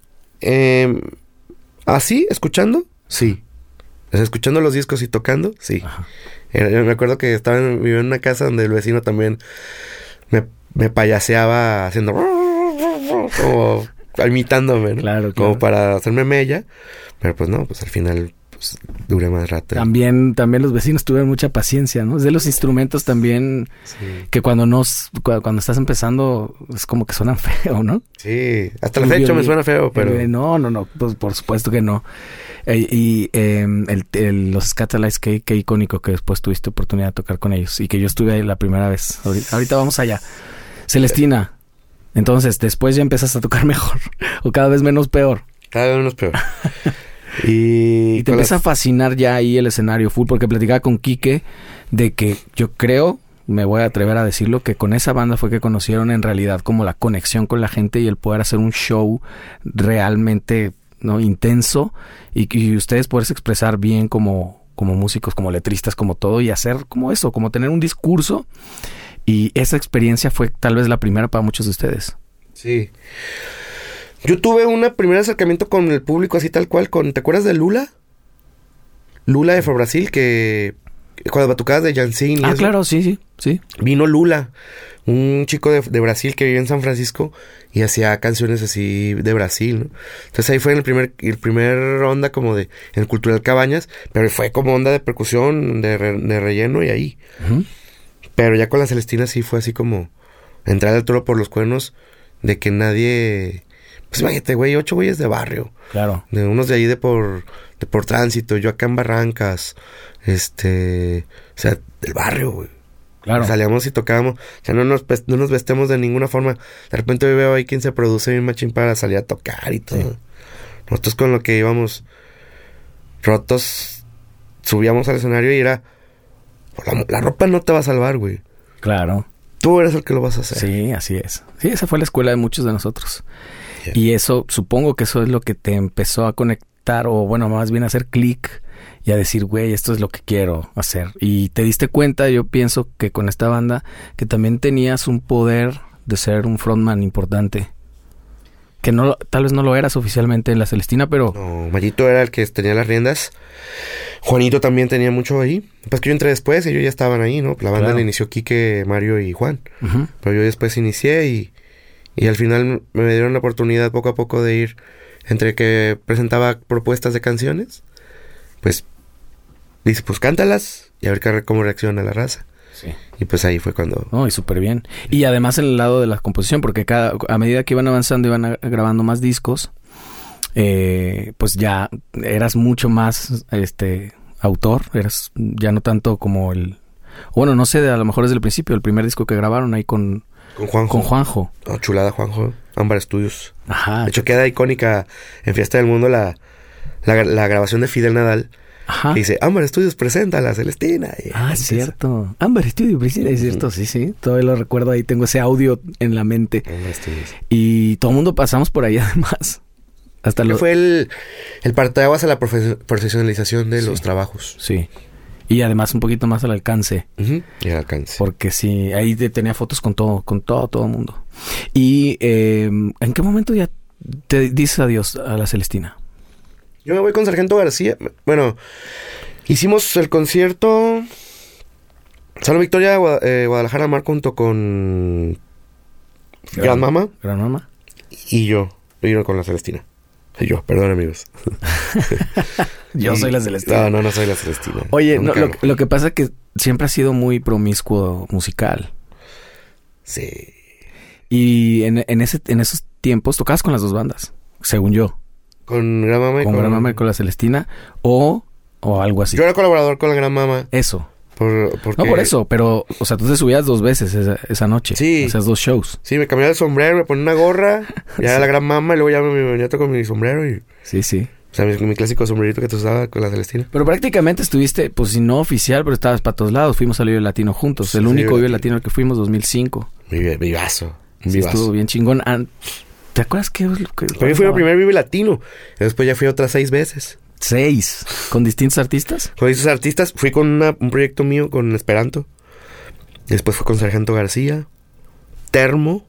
¿Así? ¿Escuchando? Sí. O sea, escuchando los discos y tocando, sí. Ajá. Yo me acuerdo que vivía en una casa donde el vecino también me payaseaba haciendo... como imitándome, ¿no? Claro. Como para hacerme mella. Pero pues no, pues al final pues, duré más rato. También los vecinos tuvieron mucha paciencia, ¿no? Es de los instrumentos también que cuando estás empezando es como que suenan feo, ¿no? Sí, hasta la fecha me suena feo, pero... No, pues por supuesto que no. Los Scatalites, qué icónico que después tuviste oportunidad de tocar con ellos y que yo estuve ahí la primera vez. Ahorita vamos allá. Celestina, entonces después ya empiezas a tocar mejor o cada vez menos peor. Cada vez menos peor. Y te empieza a fascinar ya ahí el escenario full, porque platicaba con Quique de que yo creo, me voy a atrever a decirlo, que con esa banda fue que conocieron en realidad como la conexión con la gente y el poder hacer un show realmente, ¿no?, intenso y ustedes poderse expresar bien como músicos, como letristas, como todo y hacer como eso, como tener un discurso, y esa experiencia fue tal vez la primera para muchos de ustedes. Sí. Yo tuve un primer acercamiento con el público así tal cual, ¿te acuerdas de Lula? Lula de Brasil, que con las batucadas de Jansin. Ah, claro, sí. Vino Lula, un chico de Brasil que vivía en San Francisco y hacía canciones así de Brasil, ¿no? Entonces ahí fue en el primer onda como en el Cultural Cabañas, pero fue como onda de percusión, de relleno y ahí. Uh-huh. Pero ya con la Celestina sí fue así como entrar al toro por los cuernos de que nadie... Pues imagínate, güey, 8 güeyes de barrio. Claro. De unos de ahí de por Tránsito, yo acá en Barrancas. O sea, del barrio, güey. Claro. Salíamos y tocábamos. O sea, no nos vestemos de ninguna forma. De repente yo veo ahí quien se produce bien machín para salir a tocar y todo. Sí. Nosotros con lo que íbamos rotos, subíamos al escenario y era... La ropa no te va a salvar, güey. Claro. Tú eres el que lo vas a hacer. Sí, así es. Sí, esa fue la escuela de muchos de nosotros. Yeah. Y eso, supongo que eso es lo que te empezó a conectar, o bueno, más bien a hacer clic y a decir, güey, esto es lo que quiero hacer. Y te diste cuenta, yo pienso que con esta banda, que también tenías un poder de ser un frontman importante. Que no, tal vez no lo eras oficialmente en la Celestina, pero... No, Mayito era el que tenía las riendas. Juanito también tenía mucho ahí. Pues que yo entré después y ellos ya estaban ahí, ¿no? La banda la inició Quique, Mario y Juan. Uh-huh. Pero yo después inicié y al final me dieron la oportunidad poco a poco de ir entre que presentaba propuestas de canciones. Pues dice, pues cántalas y a ver cómo reacciona la raza. Sí. Y pues ahí fue cuando... No, y súper bien. Y además en el lado de la composición, porque a medida que iban avanzando, iban grabando más discos, pues ya eras mucho más autor, eras ya no tanto como bueno, no sé, a lo mejor desde el principio, el primer disco que grabaron ahí con Juanjo. Oh, chulada Juanjo, Ámbar Studios. Ajá. De hecho queda icónica en Fiesta del Mundo la grabación de Fidel Nadal. Ajá. Que dice, Ámbar Studios presenta a la Celestina. Es cierto. Ámbar Studios presenta, es cierto, sí. Todavía lo recuerdo ahí, tengo ese audio en la mente. Y todo el mundo pasamos por ahí además. Fue el parteaguas a la profesionalización de los trabajos. Sí. Y además un poquito más al alcance. Uh-huh. Y al alcance. Porque sí, ahí tenía fotos con todo el mundo. Y ¿en qué momento ya te dices adiós a la Celestina? Yo me voy con Sargento García. Bueno, hicimos el concierto Salón Victoria, Guadalajara, Mar junto con Gran Mama. Y yo con la Celestina. Perdón, amigos. Yo soy la Celestina. No soy la Celestina. Oye, lo que pasa es que siempre has sido muy promiscuo musical. Sí. Y en esos tiempos tocabas con las dos bandas, según yo. Con Gran Mama y con Gran Mama y con la Celestina o algo así. Yo era colaborador con la Gran Mama. Eso. Porque... No por eso, pero, o sea, tú te subías 2 veces esa noche. Sí. Esas 2 shows. Sí, me cambiaba el sombrero, me ponía una gorra, ya era la Gran Mama y luego ya me venía con mi sombrero y... Sí. O sea, mi clásico sombrerito que te usaba con la Celestina. Pero prácticamente estuviste, pues si no oficial, pero estabas para todos lados. Fuimos al Vive Latino juntos. El único Vive Latino al que fuimos, 2005. Vivazo. Sí, estuvo bien chingón. ¿Te acuerdas qué? Para mí fue el primer Vive Latino. Y después ya fui otras 6 veces. 6. ¿Con distintos artistas? Con distintos artistas. Fui con un proyecto mío con Esperanto. Después fue con Sargento García. Termo.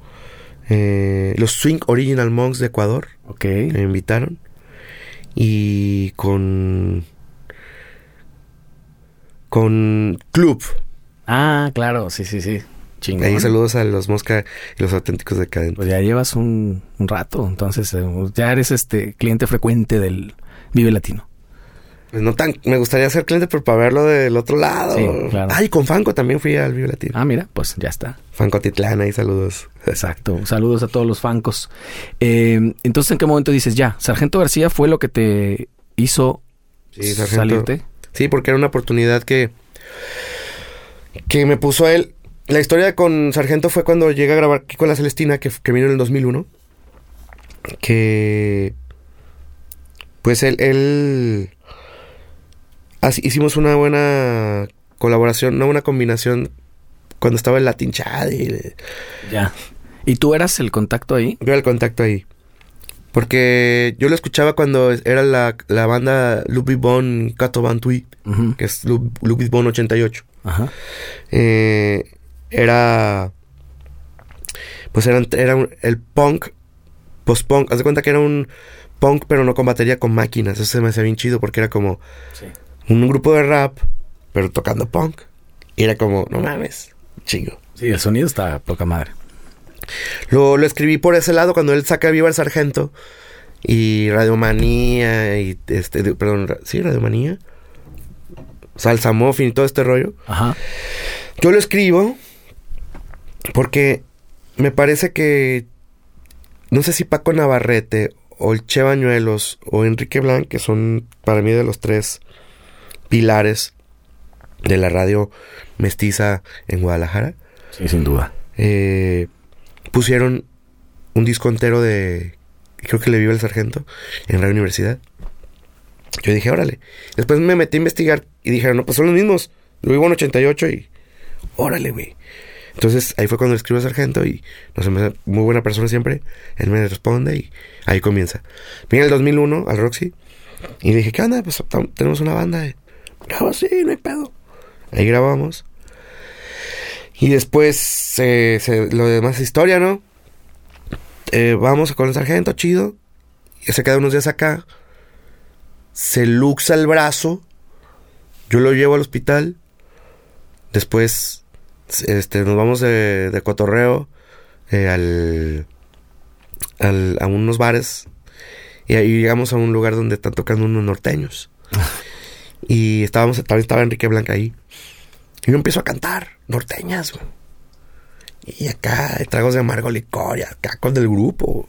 Los Swing Original Monks de Ecuador. Ok. Que me invitaron. Y con con Club. Ah, claro, sí. Chingón. Ahí saludos a los Mosca y los Auténticos Decadentes. Pues ya llevas un rato, entonces ya eres cliente frecuente del Vive Latino. Pues no tan... Me gustaría ser cliente, pero para verlo del otro lado. Sí, claro. Ah, y con Fanco también fui al Vive Latino. Ah, mira, pues ya está. Fanco Titlán, ahí saludos. Exacto. Saludos a todos los fancos. Entonces, ¿en qué momento dices ya? Sargento García fue lo que te hizo salirte. Sí, porque era una oportunidad que me puso él. La historia con Sargento fue cuando llega a grabar aquí con la Celestina, que vino en el 2001. Que... Pues él así hicimos una buena colaboración, una buena combinación cuando estaba el Latin Chat. Ya. ¿Y tú eras el contacto ahí? Yo era el contacto ahí. Porque yo lo escuchaba cuando era la banda Ludwig von Cato Van Tui, que es Ludwig von 88. Ajá. Era el punk, post-punk. Haz de cuenta que era un punk, pero no con batería, con máquinas. Eso se me hacía bien chido porque era como un grupo de rap, pero tocando punk. Y era como, no mames, chido. Sí, el sonido está poca madre. Lo escribí por ese lado cuando él saca Viva el Sargento y Radiomanía y Radiomanía, Salsa Muffin y todo este rollo. Ajá. Yo lo escribo porque me parece que no sé si Paco Navarrete o el Che Bañuelos o Enrique Blanc, que son para mí de los tres pilares de la radio mestiza en Guadalajara. Sí, sin duda. Pusieron un disco entero de, creo que Le Viva el Sargento, en Radio Universidad. Yo dije, órale. Después me metí a investigar y dijeron, no, pues son los mismos. Lo vivo en 88 y órale, güey. Entonces ahí fue cuando le escribo a Sargento y no sé, muy buena persona siempre. Él me responde y ahí comienza. Vine en el 2001 al Roxy y le dije, ¿qué onda? Pues tenemos una banda. Graba, sí, no hay pedo. Ahí grabamos. Y después lo demás es historia, ¿no? Vamos con el Sargento, chido. Y se queda unos días acá. Se luxa el brazo. Yo lo llevo al hospital. Después nos vamos de cotorreo a unos bares. Y ahí llegamos a un lugar donde están tocando unos norteños. Y también estaba Enrique Blanc ahí. Y yo empiezo a cantar norteñas, güey. Y acá, tragos de amargo licor, y acá con el grupo.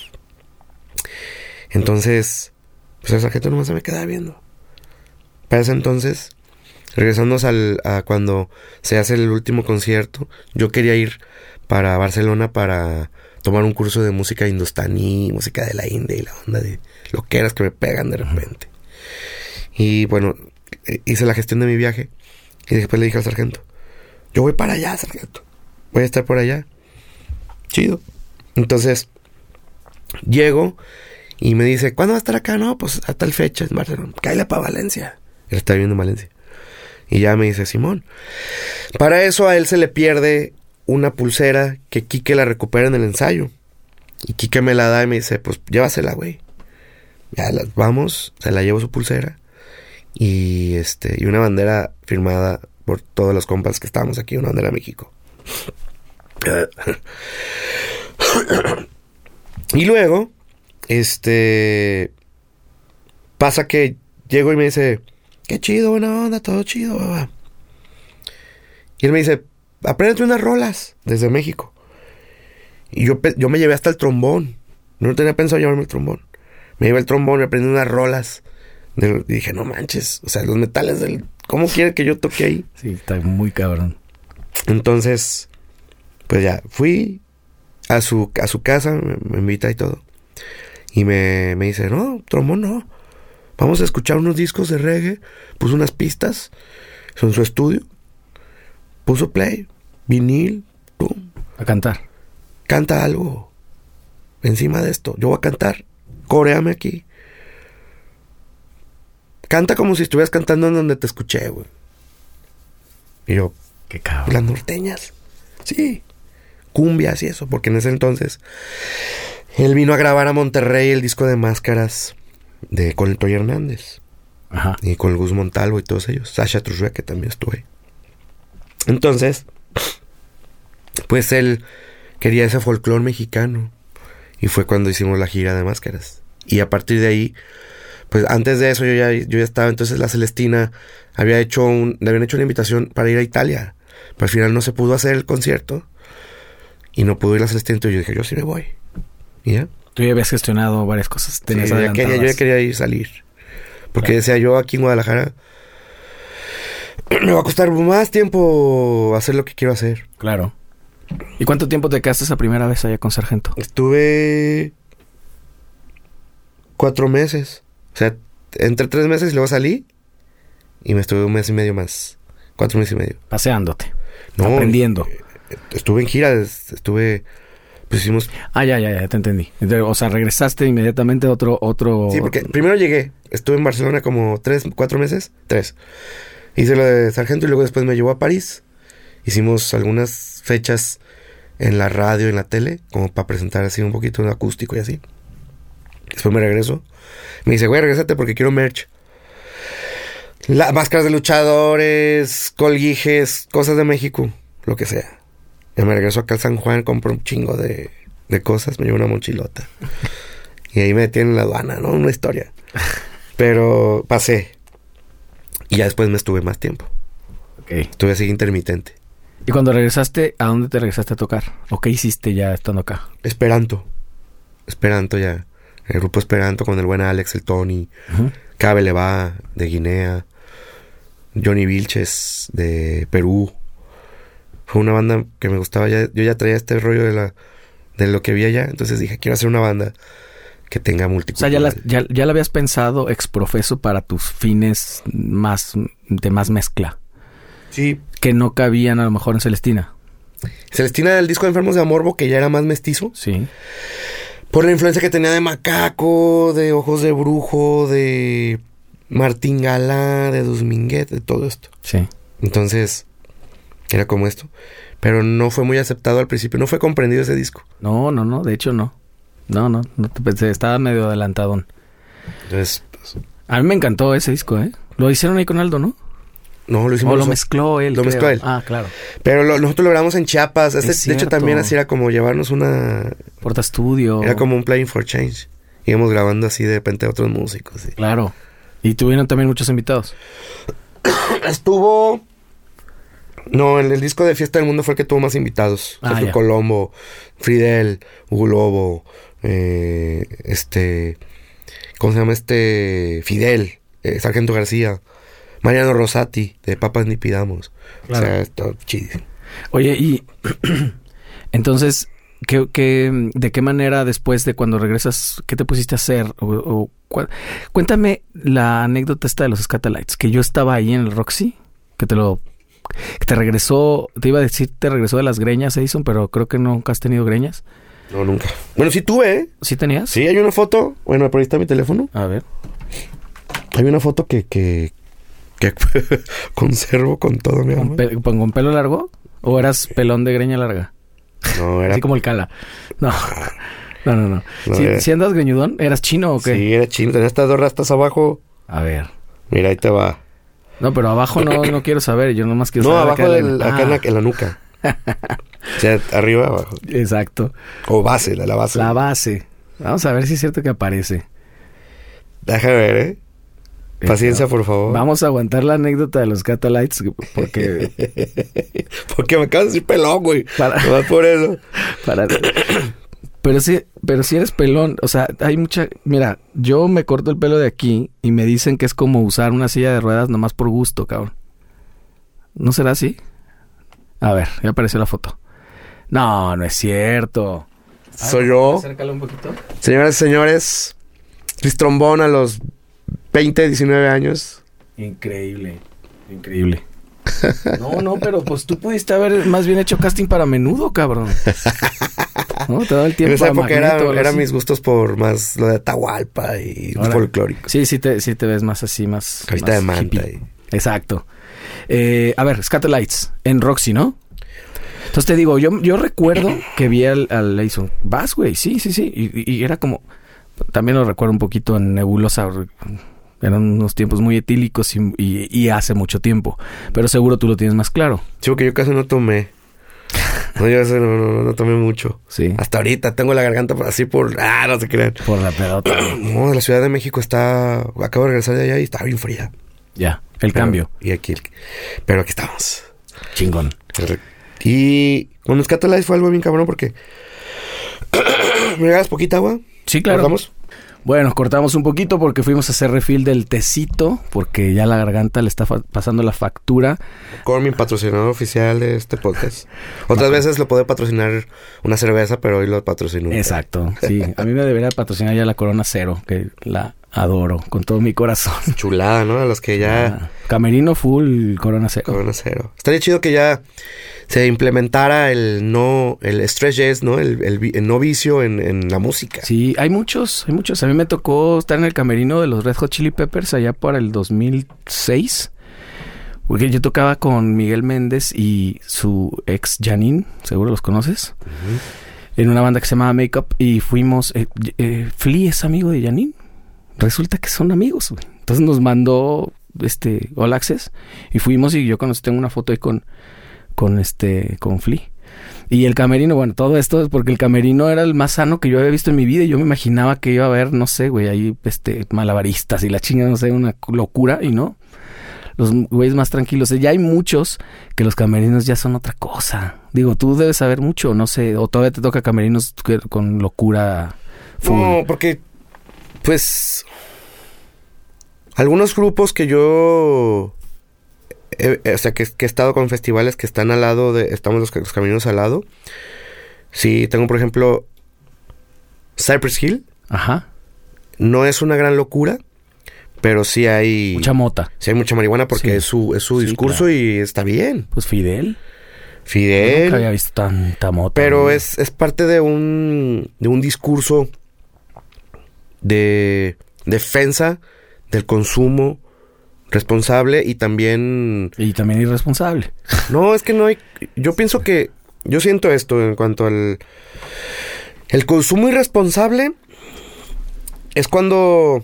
Entonces, pues el Sargento nomás se me quedaba viendo. Para ese entonces, regresándonos a cuando se hace el último concierto, yo quería ir para Barcelona para tomar un curso de música hindustaní, música de la India y la onda de loqueras que me pegan de repente. Y bueno, hice la gestión de mi viaje. Y después le dije al Sargento, yo voy para allá, Sargento. Voy a estar por allá. Chido. Entonces, llego y me dice, ¿cuándo va a estar acá? No, pues a tal fecha en Barcelona. Cállate para Valencia. Él está viviendo en Valencia. Y ya me dice, Simón. Para eso a él se le pierde una pulsera que Quique la recupera en el ensayo. Y Quique me la da y me dice, pues llévasela, güey. Ya vamos, se la llevo su pulsera. Y una bandera firmada por todos los compas que estábamos aquí, una bandera de México. Y luego, pasa que llego y me dice, qué chido, buena onda, todo chido, baba. Y él me dice, apréndete unas rolas desde México. Y yo me llevé hasta el trombón. No tenía pensado llevarme el trombón. Me llevé el trombón, me aprendí unas rolas. Y dije, no manches, o sea, los metales ¿cómo quiere que yo toque ahí? Sí, está muy cabrón. Entonces, pues ya, fui a su casa, me invita y todo. Y me dice, no, trombón no. Vamos a escuchar unos discos de reggae. Puso unas pistas en su estudio. Puso play, vinil, pum. A cantar. Canta algo encima de esto. Yo voy a cantar. Coréame aquí. Canta como si estuvieras cantando en donde te escuché, güey. Y yo, qué cabrón. Las norteñas. Sí. Cumbias y eso. Porque en ese entonces él vino a grabar a Monterrey el disco de Máscaras con el Toy Hernández. Ajá. Y con el Gus Montalvo y todos ellos. Sasha Trujillo, que también estuve. Entonces, pues él quería ese folclore mexicano. Y fue cuando hicimos la gira de máscaras. Y a partir de ahí, pues antes de eso yo ya estaba. Entonces la Celestina le habían hecho una invitación para ir a Italia. Pero al final no se pudo hacer el concierto. Y no pudo ir a la Celestina. Entonces yo dije, yo sí me voy. ¿Y ya? Tú ya habías gestionado varias cosas. Sí, yo ya quería ir salir. Porque decía yo aquí en Guadalajara, me va a costar más tiempo hacer lo que quiero hacer. Claro. ¿Y cuánto tiempo te quedaste esa primera vez allá con Sargento? Estuve 4 meses. O sea, entre 3 meses y luego salí. Y me estuve 1 mes y medio más. 4 meses y medio. Paseándote. No, aprendiendo. Estuve en gira. Pues hicimos... Ya te entendí. O sea, regresaste inmediatamente a otro... Sí, porque primero llegué. Estuve en Barcelona como 4 meses. 3. Hice lo de Sargento y luego después me llevó a París. Hicimos algunas fechas en la radio, en la tele, como para presentar así un poquito en acústico y así. Después me regreso. Me dice, güey, regrésate porque quiero merch. Máscaras de luchadores, colguijes, cosas de México, lo que sea. Ya me regreso acá al San Juan, compro un chingo de cosas, me llevo una mochilota. Y ahí me detienen en la aduana, ¿no? Una historia. Pero pasé. Y ya después me estuve más tiempo. Okay. Estuve así intermitente. ¿Y cuando regresaste, a dónde te regresaste a tocar? ¿O qué hiciste ya estando acá? Esperanto ya. El grupo Esperanto con el buen Alex, el Tony. Uh-huh. Cabe Leva de Guinea. Johnny Vilches de Perú. Fue una banda que me gustaba ya. Yo ya traía este rollo de lo que vi allá. Entonces dije, quiero hacer una banda que tenga multicultural. O sea, ya la habías pensado exprofeso para tus fines de más mezcla. Sí. Que no cabían a lo mejor en Celestina. Celestina, el disco de Enfermos de Amorbo, que ya era más mestizo. Sí. Por la influencia que tenía de Macaco, de Ojos de Brujo, de Martín Galá, de Duzminguet, de todo esto. Sí. Entonces, era como esto. Pero no fue muy aceptado al principio. No fue comprendido ese disco. No. De hecho, no. No te pensé. Estaba medio adelantadón. Entonces, pues, a mí me encantó ese disco, ¿eh? Lo hicieron ahí con Aldo, ¿no? No, lo hicimos. O lo mezcló él. Lo mezcló él. Ah, claro. Pero nosotros lo grabamos en Chiapas. Es de hecho, cierto. también así era como llevarnos una... Porta Estudio. Era como un Playing for Change. Íbamos grabando así de repente a otros músicos. ¿Sí? Claro. Y tuvieron también muchos invitados. Estuvo... No, el disco de Fiesta del Mundo fue el que tuvo más invitados. Sergio Colombo, Fidel, Hugo Lobo, ¿cómo se llama Fidel, Sargento García, Mariano Rosati, de Papas Ni Pidamos. Claro. O sea, está chidísimo. Oye, y entonces, ¿de qué manera después de cuando regresas, qué te pusiste a hacer? Cuéntame la anécdota esta de los Scatalites, que yo estaba ahí en el Roxy, que te regresó, te iba a decir, te regresó de las greñas, Edison, pero creo que nunca has tenido greñas. No, nunca. Bueno, sí tuve, ¿eh? ¿Sí tenías? Sí, hay una foto. Bueno, por ahí está mi teléfono. A ver. Hay una foto que conservo con todo mi amor. ¿Con pelo largo? ¿O eras pelón de greña larga? No, era... Así como el Cala. No. ¿Sí andas greñudón? ¿Eras chino o qué? Sí, era chino. Tenía estas 2 rastas abajo. A ver. Mira, ahí te va. No, pero abajo no quiero saber. Yo nomás quiero saber. No, abajo acá en la nuca. O sea, arriba, abajo. Exacto. O base, la base. La base. Vamos a ver si es cierto que aparece. Déjame ver, ¿eh? Paciencia, por favor. Vamos a aguantar la anécdota de los Scatalites porque... porque me acabas de decir pelón, güey. No por eso. Pero sí eres pelón. O sea, hay mucha... Mira, yo me corto el pelo de aquí y me dicen que es como usar una silla de ruedas nomás por gusto, cabrón. ¿No será así? A ver, ya apareció la foto. No es cierto. Soy yo. Acércalo un poquito. Señoras y señores, Chris Trombón a los 20, 19 años. Increíble. No, pero pues tú pudiste haber más bien hecho casting para Menudo, cabrón. ¿No? Te da el tiempo. En esa época eran mis gustos por más lo de Atahualpa y folclórico. Sí te ves más así, más... Carita de manta. Exacto. A ver, Scatalites en Roxy, ¿no? Entonces te digo, yo recuerdo que vi al Edison. Vas, güey, sí. Y era como... También lo recuerdo un poquito en Nebulosa. Eran unos tiempos muy etílicos y hace mucho tiempo. Pero seguro tú lo tienes más claro. Sí, porque yo casi no tomé. No, yo casi no tomé mucho. Sí. Hasta ahorita tengo la garganta así por... no se crean. Por la pedota. No, la Ciudad de México está... Acabo de regresar de allá y está bien fría. Ya, cambio. Y aquí... Pero aquí estamos. Chingón. Y con los Catalytes fue algo bien cabrón porque... ¿Me regalas poquita agua? Sí, claro. ¿Cortamos? Bueno, cortamos un poquito porque fuimos a hacer refill del tecito, porque ya la garganta le está pasando la factura. Cormin, patrocinador oficial de este podcast. Otras veces lo puede patrocinar una cerveza, pero hoy lo patrocinó. Exacto, sí. A mí me debería patrocinar ya la Corona Cero, que la adoro con todo mi corazón. Chulada, ¿no? A los que ya... Camerino full Corona Cero. Corona Cero. Estaría chido que ya se implementara el stress yes, ¿no? El no vicio en la música. Sí, hay muchos. A mí me tocó estar en el camerino de los Red Hot Chili Peppers allá por el 2006. Porque yo tocaba con Miguel Méndez y su ex Janine, seguro los conoces. Uh-huh. En una banda que se llamaba Make Up y fuimos... Flea es amigo de Janine. Resulta que son amigos, güey. Entonces nos mandó All Access y fuimos y yo tengo una foto ahí con Flea. Y el camerino, bueno, todo esto es porque el camerino era el más sano que yo había visto en mi vida y yo me imaginaba que iba a haber, no sé, güey, ahí malabaristas y la chinga, no sé, una locura y no. Los güeyes más tranquilos. Ya hay muchos que los camerinos ya son otra cosa. Digo, tú debes saber mucho, no sé, o todavía te toca camerinos con locura full. No, porque pues algunos grupos que yo o sea que he estado con festivales que están al lado estamos los camerinos al lado. Sí, tengo por ejemplo Cypress Hill. Ajá. No es una gran locura, pero sí hay mucha mota. Sí hay mucha marihuana porque es su discurso, claro. Y está bien. Pues Fidel. Yo nunca había visto tanta mota. Pero ¿no? es parte de un discurso de defensa del consumo responsable y también irresponsable. No, es que no hay... Yo pienso que... Yo siento esto en cuanto al... El consumo irresponsable es cuando...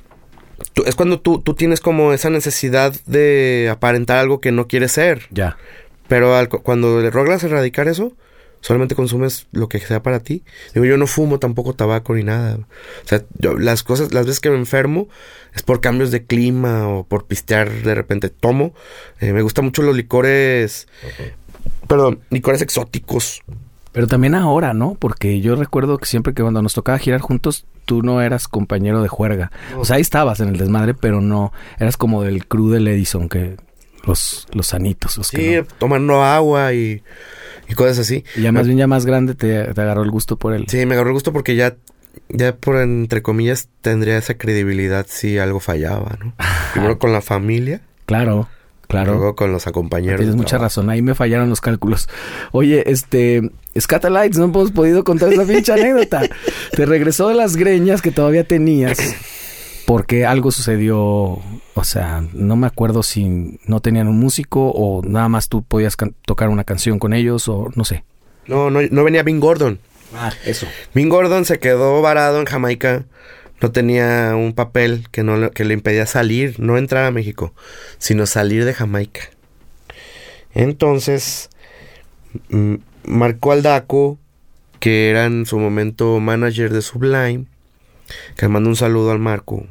tú tienes como esa necesidad de aparentar algo que no quieres ser. Ya. Pero cuando logras erradicar eso, solamente consumes lo que sea para ti. Digo, yo no fumo tampoco tabaco ni nada. O sea, las veces que me enfermo es por cambios de clima o por pistear de repente. Tomo. Me gustan mucho los licores... licores exóticos. Pero también ahora, ¿no? Porque yo recuerdo que siempre que cuando nos tocaba girar juntos, tú no eras compañero de juerga. O sea, ahí estabas en el desmadre, pero no... Eras como del crew del Edison, que... Los sanitos. Los sí, que no. Tomando agua y cosas así. Y ya más bien, ya más grande, te agarró el gusto por él. Sí, me agarró el gusto porque ya por entre comillas tendría esa credibilidad si algo fallaba, ¿no? Primero con la familia. Claro. Luego con los compañeros. Tienes mucha razón, ahí me fallaron los cálculos. Oye, Scatalites, no hemos podido contar esa pinche anécdota. Te regresó de las greñas que todavía tenías porque algo sucedió. O sea, no me acuerdo si no tenían un músico o nada más tú podías tocar una canción con ellos o no sé. No venía Vin Gordon. Eso. Vin Gordon se quedó varado en Jamaica. No tenía un papel que le impedía salir, no entrar a México, sino salir de Jamaica. Entonces, marcó al Daco, que era en su momento manager de Sublime, que le mando un saludo al Marco.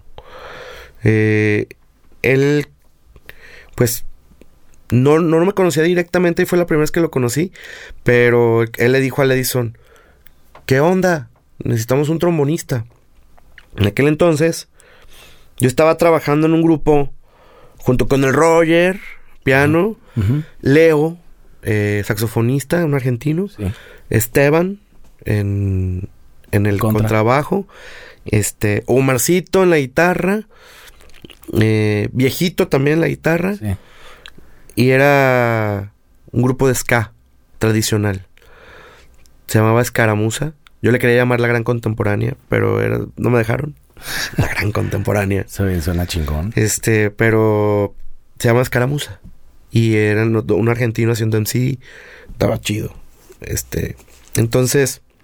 Él, pues, no me conocía directamente y fue la primera vez que lo conocí, pero él le dijo al Edison, ¿qué onda? Necesitamos un trombonista. En aquel entonces, yo estaba trabajando en un grupo junto con el Roger, piano, uh-huh. Leo, saxofonista, un argentino, sí. Esteban, en el contrabajo, Omarcito en la guitarra, Viejito también en la guitarra, sí. Y era un grupo de ska tradicional. Se llamaba Escaramuza. Yo le quería llamar La Gran Contemporánea, pero no me dejaron. La Gran Contemporánea. Suena chingón. Pero se llama Escaramuza. Y era un argentino haciendo MC. Estaba chido. Entonces,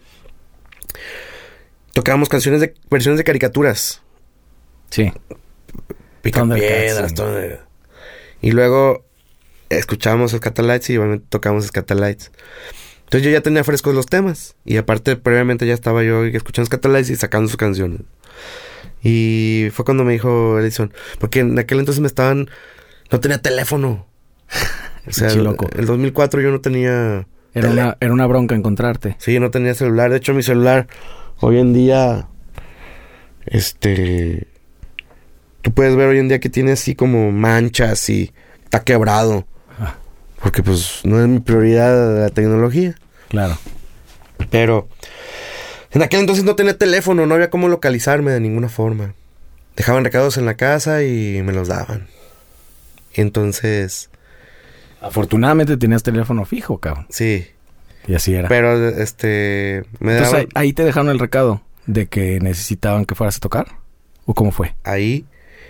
tocábamos versiones de caricaturas. Sí. Picapiedras, todo. Y luego escuchábamos Scatalites y obviamente tocábamos Scatalites. Entonces yo ya tenía frescos los temas. Y aparte, previamente ya estaba yo escuchando Scatalites y sacando sus canciones. Y fue cuando me dijo Edison, porque en aquel entonces no tenía teléfono. O sea, el 2004 yo no tenía... Era una bronca encontrarte. Sí, no tenía celular. De hecho, mi celular hoy en día... Tú puedes ver hoy en día que tiene así como manchas y está quebrado. Porque pues no es mi prioridad la tecnología. Claro. Pero en aquel entonces no tenía teléfono, no había cómo localizarme de ninguna forma. Dejaban recados en la casa y me los daban. Y entonces... Afortunadamente tenías teléfono fijo, cabrón. Sí. Y así era. Pero Entonces ahí te dejaron el recado de que necesitaban que fueras a tocar. ¿O cómo fue? Ahí,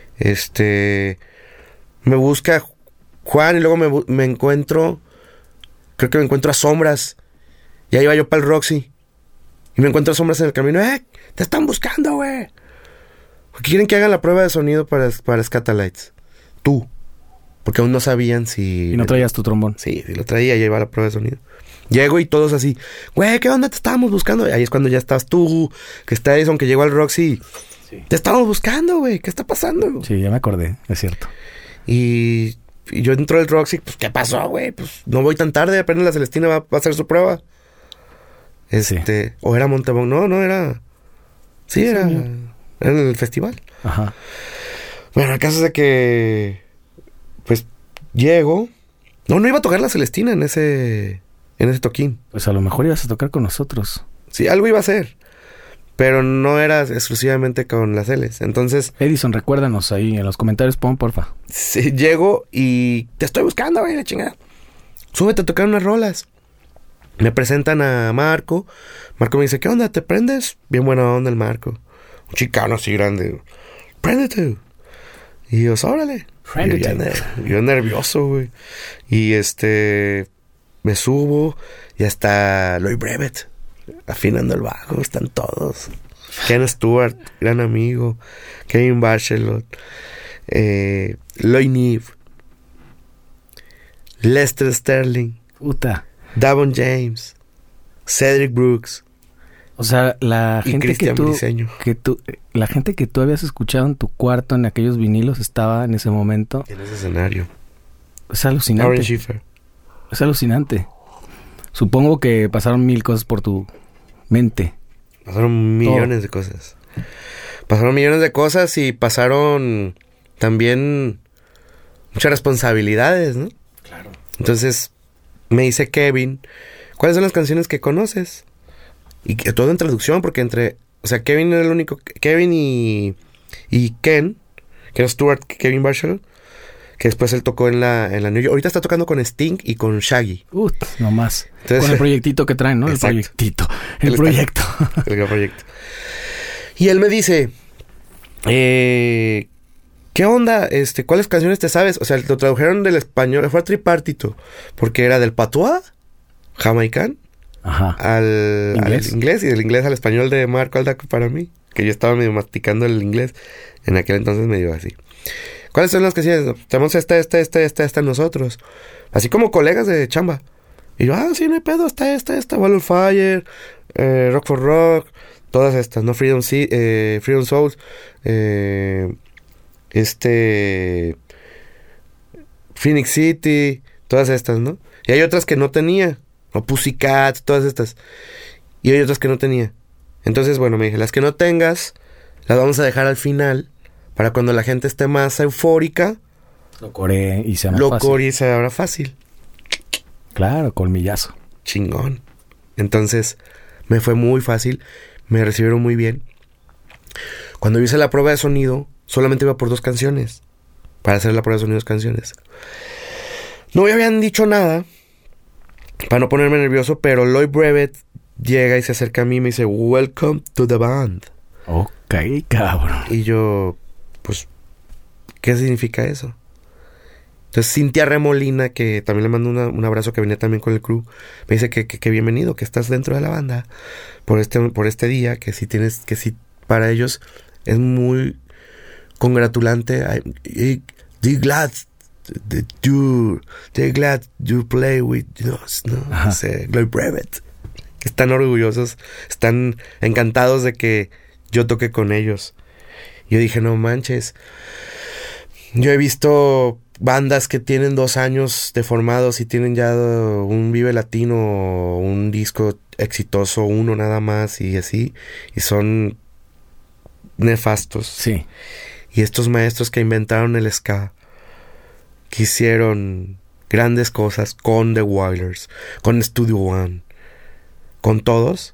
me busca Juan y luego me encuentro, creo que me encuentro a Sombras. Ya iba yo para el Roxy. Y me encuentro a Sombras en el camino. Te están buscando, güey. Quieren que haga la prueba de sonido para Scatalites. Tú. Porque aún no sabían si... ¿Y no traías tu trombón? Sí, lo traía, ya iba a la prueba de sonido. Llego y todos así, güey, ¿qué onda? Te estábamos buscando. Ahí es cuando ya estás tú, que está Edison, que llegó al Roxy. Sí. Te estábamos buscando, güey. ¿Qué está pasando? Sí, ya me acordé, es cierto. Y yo entro al Roxy, pues, ¿qué pasó, güey? Pues, no voy tan tarde, apenas la Celestina va a hacer su prueba. Sí. O era Montebón. No, era... Sí, era en el festival. Ajá. Bueno, el caso es de que... Pues, llego... No iba a tocar la Celestina en ese toquín. Pues a lo mejor ibas a tocar con nosotros. Sí, algo iba a hacer. Pero no era exclusivamente con las Celes. Entonces... Edison, recuérdanos ahí en los comentarios, porfa. Sí, llego y... Te estoy buscando, güey, la chingada. Súbete a tocar unas rolas. Me presentan a Marco. Marco me dice, ¿qué onda? ¿Te prendes? Bien buena onda el Marco. Un chicano así grande. Préndete. Y yo, órale. Yo nervioso, güey. Y me subo. Y está Lloyd Brevet afinando el bajo. Están todos. Ken Stewart, gran amigo. Kevin Bachelot. Lloyd Neve. Lester Sterling. Puta. Davon James. Cedric Brooks. O sea, la gente la gente que tú habías escuchado en tu cuarto en aquellos vinilos estaba en ese momento. En ese escenario. Es alucinante. Orange Schiffer. Es alucinante. Supongo que pasaron 1000 cosas por tu mente. Pasaron millones de cosas. Pasaron millones de cosas y pasaron también muchas responsabilidades, ¿no? Claro. Entonces me dice Kevin, ¿cuáles son las canciones que conoces? Y que todo en traducción, porque Kevin era el único... Kevin y Ken, que era Stewart, Kevin Bachelot, que después él tocó en la New York. Ahorita está tocando con Sting y con Shaggy. No más. Entonces, con el proyectito que traen, ¿no? Exacto. El proyecto. El gran proyecto. Y él me dice, ¿qué onda? ¿Cuáles canciones te sabes? O sea, lo tradujeron del español, fue tripartito, porque era del patois, jamaicán, al inglés y del inglés al español de Marco Aldaco para mí, que yo estaba medio masticando el inglés en aquel entonces medio así. ¿Cuáles son las canciones? Tenemos esta nosotros, así como colegas de chamba. Y yo, sí, no hay pedo, esta Wall of Fire, Rock for Rock, todas estas, ¿no? Freedom Souls, Phoenix City, todas estas, ¿no? Y hay otras que no tenía, o Pussycat, todas estas. Y hay otras que no tenía. Entonces, bueno, me dije, las que no tengas, las vamos a dejar al final, para cuando la gente esté más eufórica, lo coree y sea más fácil. Lo coree y se abra fácil. Claro, colmillazo. Chingón. Entonces, me fue muy fácil, me recibieron muy bien. Cuando hice la prueba de sonido, solamente iba por 2 canciones. Para hacer la prueba de sonido, 2 canciones. No me habían dicho nada, para no ponerme nervioso, pero Lloyd Brevet llega y se acerca a mí y me dice, "Welcome to the band." Ok, cabrón. Y yo, pues, ¿qué significa eso? Entonces Cintia Remolina, que también le mando un abrazo, que venía también con el crew, me dice que bienvenido, que estás dentro de la banda por este día, que si para ellos es muy congratulante. They're glad you play with us, ¿no? Glory Brevet. Están orgullosos, están encantados de que yo toque con ellos. Yo dije, no manches. Yo he visto bandas que tienen 2 años de formados y tienen ya un Vive Latino, un disco exitoso, uno nada más y así. Y son nefastos. Sí. Y estos maestros que inventaron el ska, que hicieron grandes cosas con The Wailers, con Studio One, con todos,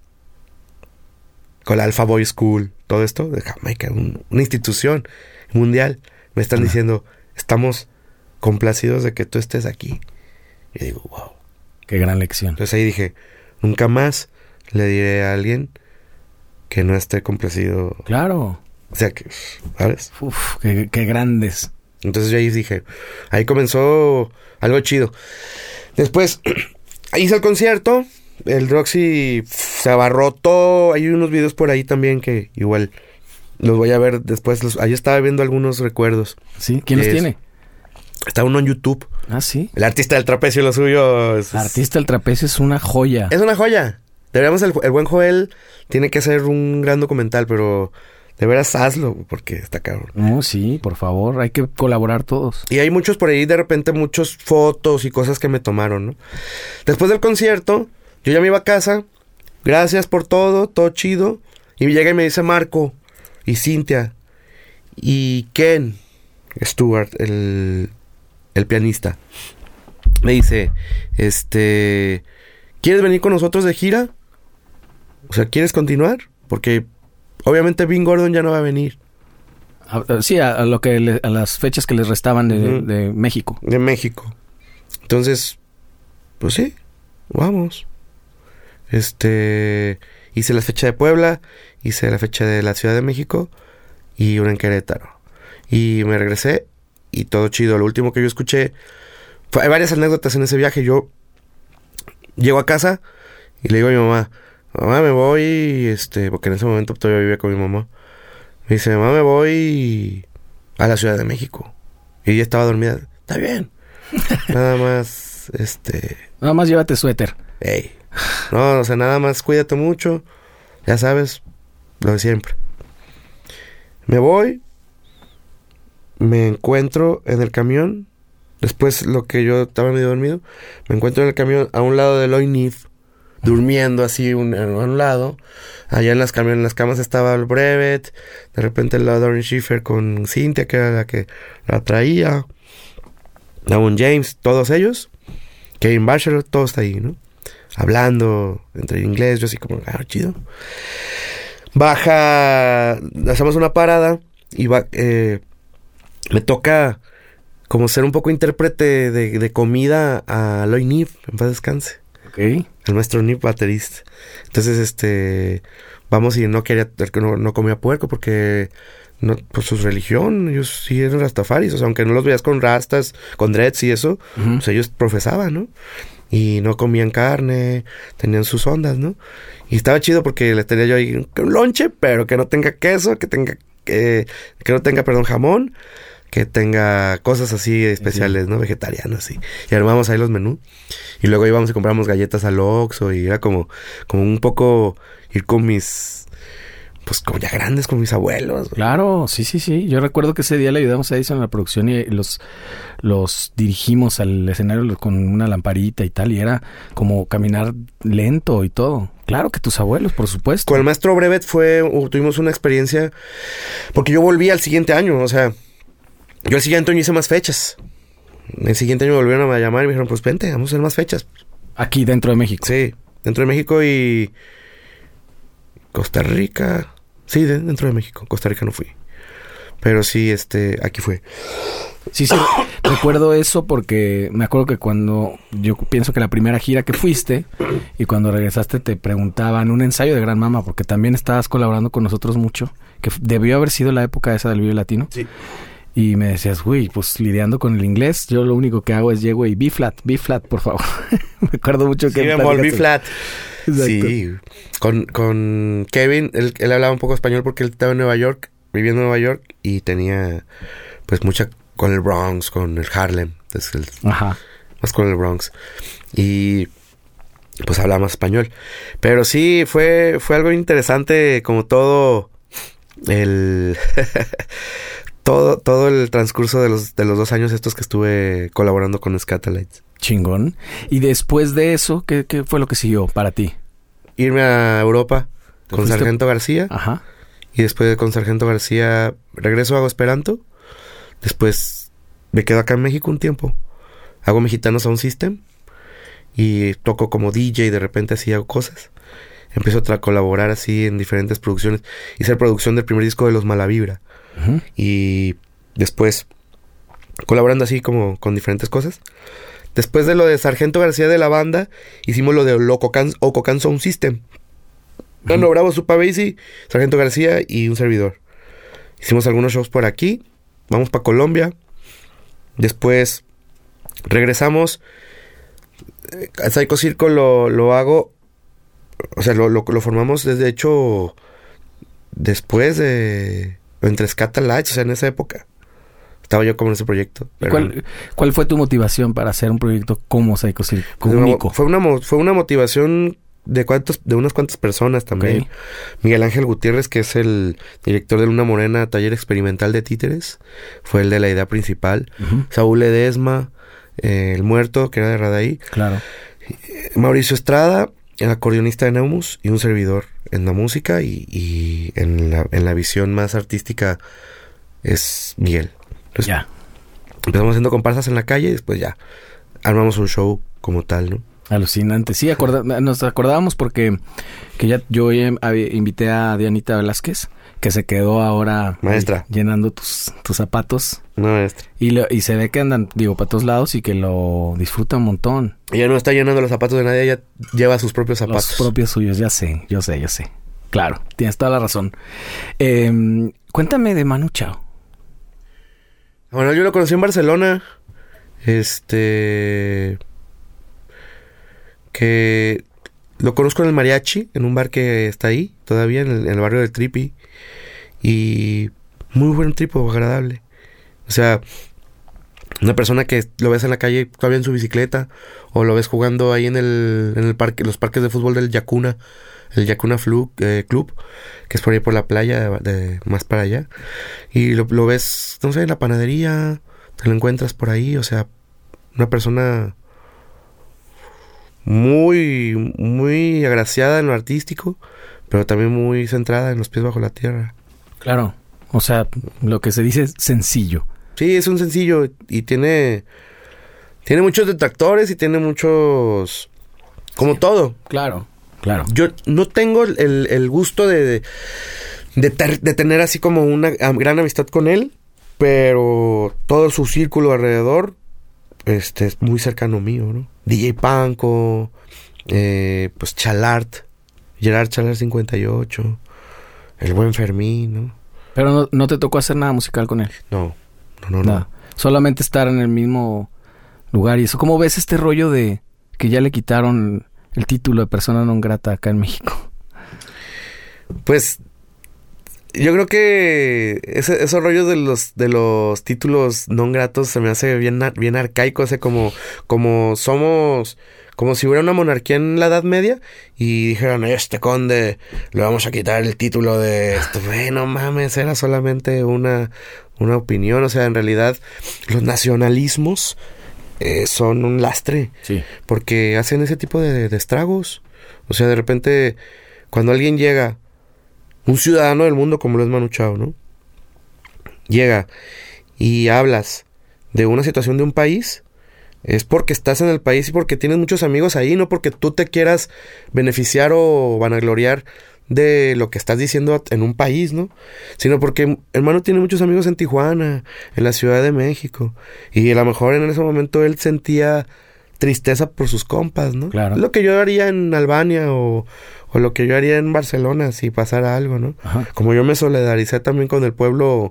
con la Alpha Boy School, todo esto de Jamaica, una institución mundial, me están diciendo, estamos complacidos de que tú estés aquí. Y digo, wow. Qué gran lección. Entonces ahí dije, nunca más le diré a alguien que no esté complacido. Claro. O sea que, ¿sabes? Uf, qué grandes. Entonces yo ahí dije, ahí comenzó algo chido. Después hice el concierto, el Roxy se abarrotó. Hay unos videos por ahí también que igual los voy a ver después. Ahí estaba viendo algunos recuerdos. ¿Sí? ¿Quién los tiene? Está uno en YouTube. Ah, ¿sí? El artista del trapecio, lo suyo. El artista del trapecio es una joya. Es una joya. Deberíamos, el buen Joel tiene que hacer un gran documental, pero de veras hazlo, porque está cabrón. No, sí, por favor, hay que colaborar todos. Y hay muchos por ahí, de repente, muchas fotos y cosas que me tomaron, ¿no? Después del concierto, yo ya me iba a casa. Gracias por todo chido. Y llega y me dice Marco y Cintia y Ken Stewart, el pianista. Me dice, ¿quieres venir con nosotros de gira? O sea, ¿quieres continuar? Porque obviamente Vin Gordon ya no va a venir. Sí, a las fechas que les restaban de México. De México. Entonces, pues sí, vamos. Hice la fecha de Puebla, hice la fecha de la Ciudad de México y una en Querétaro. Y me regresé y todo chido. Lo último que yo escuché, hay varias anécdotas en ese viaje. Yo llego a casa y le digo a mi mamá, me voy, porque en ese momento todavía vivía con mi mamá. Me dice, mamá, me voy a la Ciudad de México. Y ella estaba dormida. Está bien. Nada más, Nada más llévate suéter. Ey. No, o sea, nada más cuídate mucho. Ya sabes, lo de siempre. Me voy. Me encuentro en el camión. Después, lo que yo estaba medio dormido, me encuentro en el camión a un lado de Loy Nif, durmiendo así a un lado. Allá en las camas estaba el Brevet. De repente el lado de Orange Schiffer con Cynthia, que era la que la traía. Damon James, todos ellos. Kevin Bachelor, todo está ahí, ¿no? Hablando entre inglés, yo así como, chido. Baja, hacemos una parada y me toca como ser un poco intérprete de comida a Loy Nif, en paz descanse. Okay. El maestro Nif, baterista. Entonces, vamos y no comía puerco porque no, por su religión, ellos sí eran rastafaris, o sea, aunque no los veías con rastas, con dreads y eso, pues ellos profesaban, ¿no? Y no comían carne, tenían sus ondas, ¿no? Y estaba chido porque les tenía yo ahí un lonche, pero que no tenga queso, que no tenga, jamón, que tenga cosas así especiales, ¿no? Vegetarianas, sí. Y armamos ahí los menús. Y luego íbamos y compramos galletas al Oxxo y era como un poco ir con mis, pues como ya grandes, con mis abuelos. Claro, sí. Yo recuerdo que ese día le ayudamos a Edison en la producción y los dirigimos al escenario con una lamparita y tal, y era como caminar lento y todo. Claro que tus abuelos, por supuesto. Con el maestro Brevet tuvimos una experiencia, porque yo volví al siguiente año, o sea, yo el siguiente año hice más fechas. El siguiente año me volvieron a llamar y me dijeron, pues vente, vamos a hacer más fechas. Aquí dentro de México. Sí, dentro de México y Costa Rica. Sí, dentro de México. Costa Rica no fui. Pero sí, aquí fue. Sí, recuerdo eso porque me acuerdo que cuando yo pienso que la primera gira que fuiste y cuando regresaste te preguntaban un ensayo de Gran Mama, porque también estabas colaborando con nosotros mucho, que debió haber sido la época esa del Vive Latino. Sí. Y me decías, güey, pues lidiando con el inglés, yo lo único que hago es llego y B flat, por favor. Me acuerdo mucho que... Sí, mi amor, B flat. Exacto. Sí, con Kevin, él hablaba un poco español porque él estaba en Nueva York viviendo en Nueva York y tenía pues mucha con el Bronx, con el Harlem. Ajá. Más con el Bronx. Y pues hablaba más español. Pero sí, fue algo interesante como todo el... todo el transcurso de los 2 años estos que estuve colaborando con Scatalites. Chingón. Y después de eso, ¿qué fue lo que siguió para ti? Irme a Europa con fuiste? Sargento García. Ajá. Y después con Sargento García regreso, hago Esperanto. Después me quedo acá en México un tiempo. Hago Mexicano Sound System. Y toco como DJ, de repente así hago cosas. Empiezo a colaborar así en diferentes producciones. Hice producción del primer disco de Los Malavibra. Uh-huh. Y después colaborando así como con diferentes cosas. Después de lo de Sargento García de la banda, hicimos lo de Ococan Sound System. Bueno, Bravo, Supa Basie, Sargento García y un servidor. Hicimos algunos shows por aquí. Vamos para Colombia. Después regresamos. Psycho Circo lo hago. O sea, lo formamos desde hecho después de... Entre Scatalites, o sea, en esa época. Estaba yo como en ese proyecto. Pero ¿Cuál fue tu motivación para hacer un proyecto como Psycho Circo? Único. Fue una motivación de unas cuantas personas también. Okay. Miguel Ángel Gutiérrez, que es el director de Luna Morena, taller experimental de títeres, fue el de la idea principal. Uh-huh. Saúl Ledesma, el muerto, que era de Radaí. Claro. Mauricio Estrada, el acordeonista de Neumus, y un servidor en la música y en la visión más artística es Miguel. Entonces, Ya. Empezamos haciendo comparsas en la calle y después ya armamos un show como tal, ¿no? Alucinante. Sí, nos acordábamos porque yo invité a Dianita Velázquez, que se quedó ahora maestra llenando tus zapatos. Una maestra. Y se ve que andan, para todos lados y que lo disfruta un montón. Ella no está llenando los zapatos de nadie, ella lleva sus propios zapatos. Los propios suyos, yo sé. Claro, tienes toda la razón. Cuéntame de Manu Chao. Bueno, yo lo conocí en Barcelona. Que lo conozco en el Mariachi, en un bar que está ahí, todavía en el barrio del Tripi. Y muy buen tipo, agradable. O sea, una persona que lo ves en la calle todavía en su bicicleta, o lo ves jugando ahí en el parque, los parques de fútbol del Yacuna, el Yacuna Club, que es por ahí por la playa, más para allá. Y lo ves, no sé, en la panadería, te lo encuentras por ahí, o sea, una persona muy, muy agraciada en lo artístico, pero también muy centrada en los pies bajo la tierra. Claro, o sea, lo que se dice es sencillo. Sí, es un sencillo y tiene muchos detractores y tiene muchos... Como sí, todo. Claro. Yo no tengo el gusto de tener así como una gran amistad con él, pero todo su círculo alrededor es muy cercano mío, ¿no? DJ Panko, pues Chalart, Gerard Chalart 58, el buen Fermín, ¿no? Pero no te tocó hacer nada musical con él. No. Solamente estar en el mismo lugar y eso. ¿Cómo ves este rollo de que ya le quitaron el título de persona non grata acá en México? Pues yo creo que esos rollos de los títulos non gratos se me hace bien arcaico, o sea, como somos, como si hubiera una monarquía en la Edad Media y dijeran, este conde le vamos a quitar el título de esto. No mames, era solamente una opinión, o sea, en realidad los nacionalismos son un lastre. Sí. Porque hacen ese tipo de estragos. O sea, de repente, cuando alguien llega, un ciudadano del mundo como lo es Manu Chao, ¿no? Llega y hablas de una situación de un país, es porque estás en el país y porque tienes muchos amigos ahí, no porque tú te quieras beneficiar o vanagloriar de lo que estás diciendo en un país, ¿no? Sino porque hermano tiene muchos amigos en Tijuana, en la Ciudad de México, y a lo mejor en ese momento él sentía tristeza por sus compas, ¿no? Claro. Lo que yo haría en Albania o lo que yo haría en Barcelona si pasara algo, ¿no? Ajá. Como yo me solidaricé también con el pueblo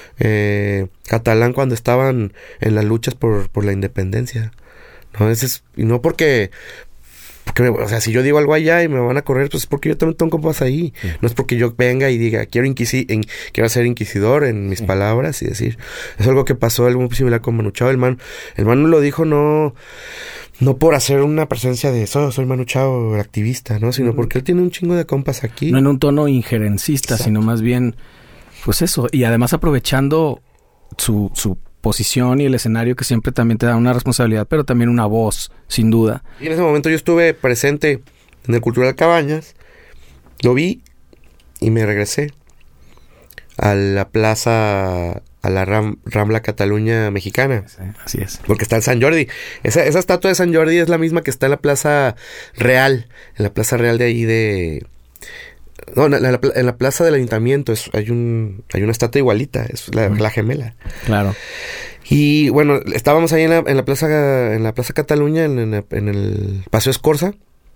catalán cuando estaban en las luchas por la independencia, ¿no? Y no porque porque, o sea, si yo digo algo allá y me van a correr, pues es porque yo también tengo compas ahí. Sí. No es porque yo venga y diga, quiero ser inquisidor en mis palabras y decir. Es algo que pasó, algo muy similar con Manu Chao. El man lo dijo no por hacer una presencia de soy Manu Chao, el activista, ¿no? Sino porque él tiene un chingo de compas aquí. No en un tono injerencista, exacto, sino más bien, pues eso. Y además aprovechando su posición y el escenario, que siempre también te da una responsabilidad, pero también una voz, sin duda. Y en ese momento yo estuve presente en el Cultural Cabañas, lo vi y me regresé a la plaza, a la Rambla Cataluña Mexicana. Sí, así es. Porque está el Sant Jordi. Esa estatua de Sant Jordi es la misma que está en la Plaza Real. En la Plaza Real de ahí de... No, en la plaza del ayuntamiento hay una estatua igualita, es la gemela. Claro. Y bueno, estábamos ahí en la plaza Cataluña, en el Paseo Escorza,